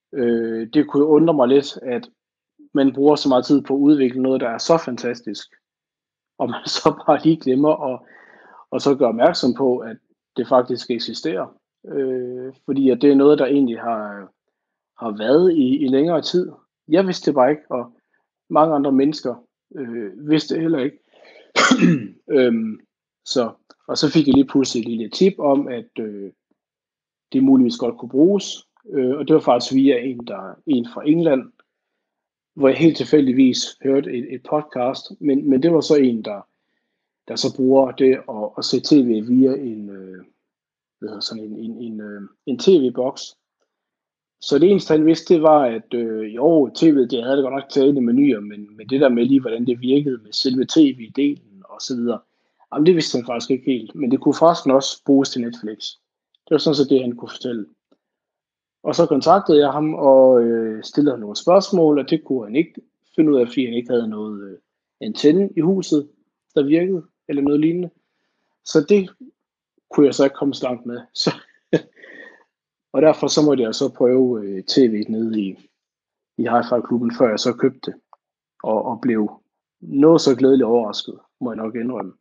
Øh, det kunne jo undre mig lidt, at man bruger så meget tid på at udvikle noget, der er så fantastisk, og man så bare lige glemmer at, og så gøre opmærksom på, at det faktisk eksisterer. Øh, fordi at det er noget, der egentlig har, har været i, i længere tid. Jeg vidste det bare ikke, og mange andre mennesker øh, vidste det heller ikke. øhm, så, og så fik jeg lige pludselig et lille tip om, at øh, det muligvis godt kunne bruges. Øh, og det var faktisk via en, der, en fra England, hvor jeg helt tilfældigvis hørte et, et podcast, men, men det var så en, der, der så bruger det at, at se tv via en, øh, hvad hedder sådan en, en, en, øh, en tv-boks. Så det eneste, han vidste, det var, at øh, jo, tv'et, det havde det godt nok taget i menuer, men, men det der med lige, hvordan det virkede med selve tv-delen og så videre, jamen det vidste han faktisk ikke helt. Men det kunne faktisk også bruges til Netflix. Det var sådan set det, han kunne fortælle. Og så kontaktede jeg ham og øh, stillede ham nogle spørgsmål, og det kunne han ikke finde ud af, fordi han ikke havde noget øh, antenne i huset, der virkede, eller noget lignende. Så det kunne jeg så ikke komme så langt med. Så og derfor så måtte jeg så prøve øh, tv'et nede i, i Hi-Fi-klubben, før jeg så købte det, og, og blev noget så glædeligt overrasket, må jeg nok indrømme.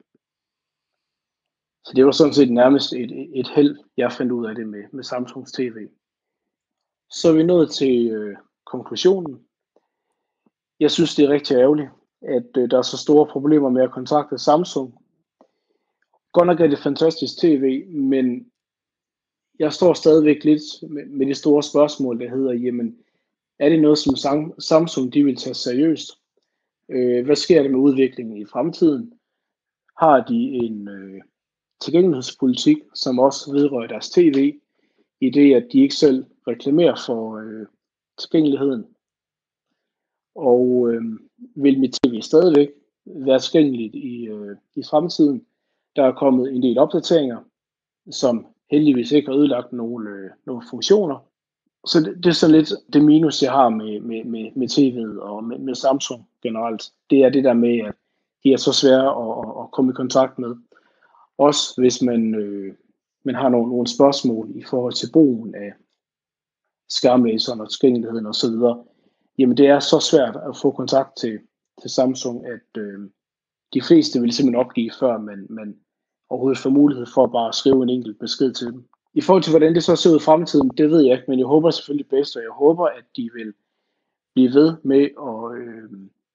Så det var sådan set nærmest et, et held, jeg fandt ud af det med, med Samsungs T V. Så er vi nået til øh, konklusionen. Jeg synes, det er rigtig ærgerligt, at øh, der er så store problemer med at kontakte Samsung. Godt nok er det fantastisk tv, men jeg står stadigvæk lidt med, med det store spørgsmål, der hedder, jamen, er det noget, som Samsung de vil tage seriøst? Øh, hvad sker der med udviklingen i fremtiden? Har de en øh, tilgængelighedspolitik, som også vedrører deres tv, i det, at de ikke selv reklamerer for øh, tilgængeligheden? Og øh, vil mit tv stadigvæk være tilgængeligt i, øh, i fremtiden? Der er kommet en del opdateringer, som heldigvis ikke har ødelagt nogle, øh, nogle funktioner. Så det, det er sådan lidt det minus, jeg har med, med, med, med tv'et og med, med Samsung generelt. Det er det der med, at de er så svære at, at, at komme i kontakt med. Også hvis man, øh, man har nogle, nogle spørgsmål i forhold til brugen af skærmlæseren og tilgængeligheden osv. Jamen det er så svært at få kontakt til, til Samsung, at øh, de fleste vil simpelthen opgive, før man, man overhovedet får mulighed for at bare skrive en enkelt besked til dem. I forhold til, hvordan det så ser ud i fremtiden, det ved jeg ikke, men jeg håber selvfølgelig bedst, og jeg håber, at de vil blive ved med at, øh,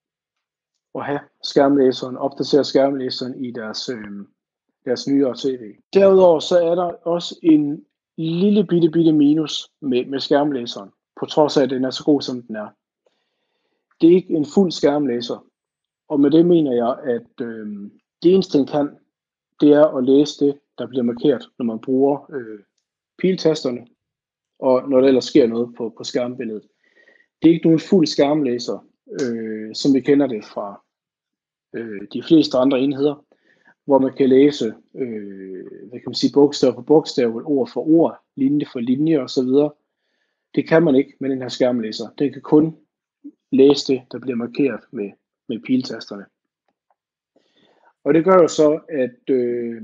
at have skærmlæseren, opdatere skærmlæseren i deres, øh, deres nyere tv. Derudover så er der også en lille bitte bitte minus med, med skærmlæseren, på trods af, at den er så god, som den er. Det er ikke en fuld skærmlæser, og med det mener jeg, at øh, det eneste, den kan, det er at læse det, der bliver markeret, når man bruger øh, piltasterne, og når der ellers sker noget på, på skærmbilledet. Det er ikke nogen fuld skærmlæser, øh, som vi kender det fra øh, de fleste andre enheder, hvor man kan læse øh, hvad kan man sige, bogstav for bogstav, ord for ord, linje for linje osv. Det kan man ikke med den her skærmlæser. Den kan kun læse det, der bliver markeret med, med piltasterne. Og det gør jo så, at øh,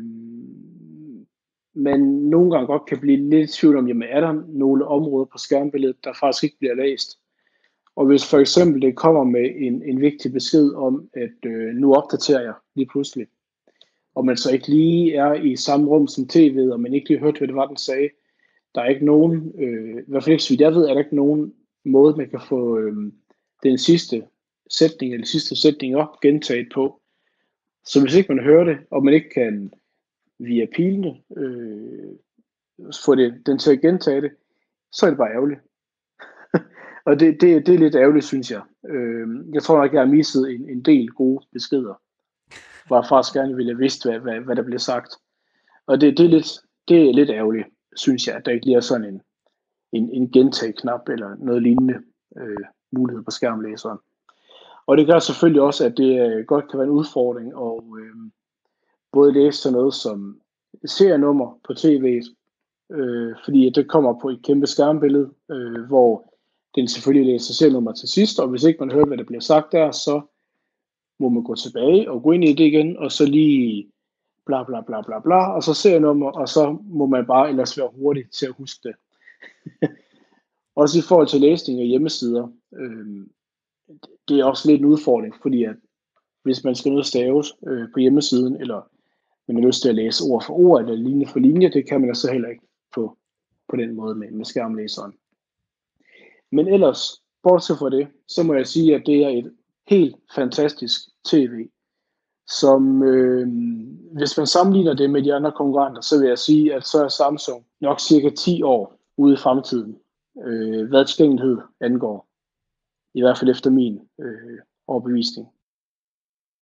man nogle gange godt kan blive lidt i tvivl om, jamen er der nogle områder på skærmbilledet, der faktisk ikke bliver læst. Og hvis for eksempel det kommer med en, en vigtig besked om, at øh, nu opdaterer jeg lige pludselig, og man så ikke lige er i samme rum som tv'et, og man ikke lige hørte, hvad det var, den sagde, der er ikke nogen, øh, i hvert fald ikke så vidt jeg ved, er der ikke nogen måde, man kan få øh, den sidste sætning, eller sidste sætning op, gentaget på. Så hvis ikke man hører det, og man ikke kan via pilene øh, få det, den til at gentage det, så er det bare ærgerligt. Og det, det, det er lidt ærgerligt, synes jeg. Øh, jeg tror nok, jeg har misset en, en del gode beskeder, hvor jeg faktisk gerne ville have vidst, hvad, hvad, hvad der blev sagt. Og det, det, er lidt, det er lidt ærgerligt, synes jeg, at der ikke lige er sådan en, en, en gentag-knap eller noget lignende øh, mulighed på skærmlæseren. Og det gør selvfølgelig også, at det øh, godt kan være en udfordring at øh, både læse sådan noget som serienummer på tv'et, øh, fordi det kommer på et kæmpe skærmbillede, øh, hvor den selvfølgelig læser serienummer til sidst, og hvis ikke man hører, hvad der bliver sagt der, så må man gå tilbage og gå ind i det igen, og så lige bla bla bla bla bla, og så serienummer, og så må man bare ellers være hurtig til at huske det. Også i forhold til læsning af hjemmesider, øh, det er også lidt en udfordring, fordi at hvis man skal noget staves øh, på hjemmesiden, eller man har lyst til at læse ord for ord, eller linje for linje, det kan man altså heller ikke på, på den måde med, med skærmlæseren. Men ellers, bortset fra det, så må jeg sige, at det er et helt fantastisk tv, som øh, hvis man sammenligner det med de andre konkurrenter, så vil jeg sige, at så er Samsung nok cirka ti år ude i fremtiden, øh, hvad tilgængelighed angår. I hvert fald efter min øh, overbevisning.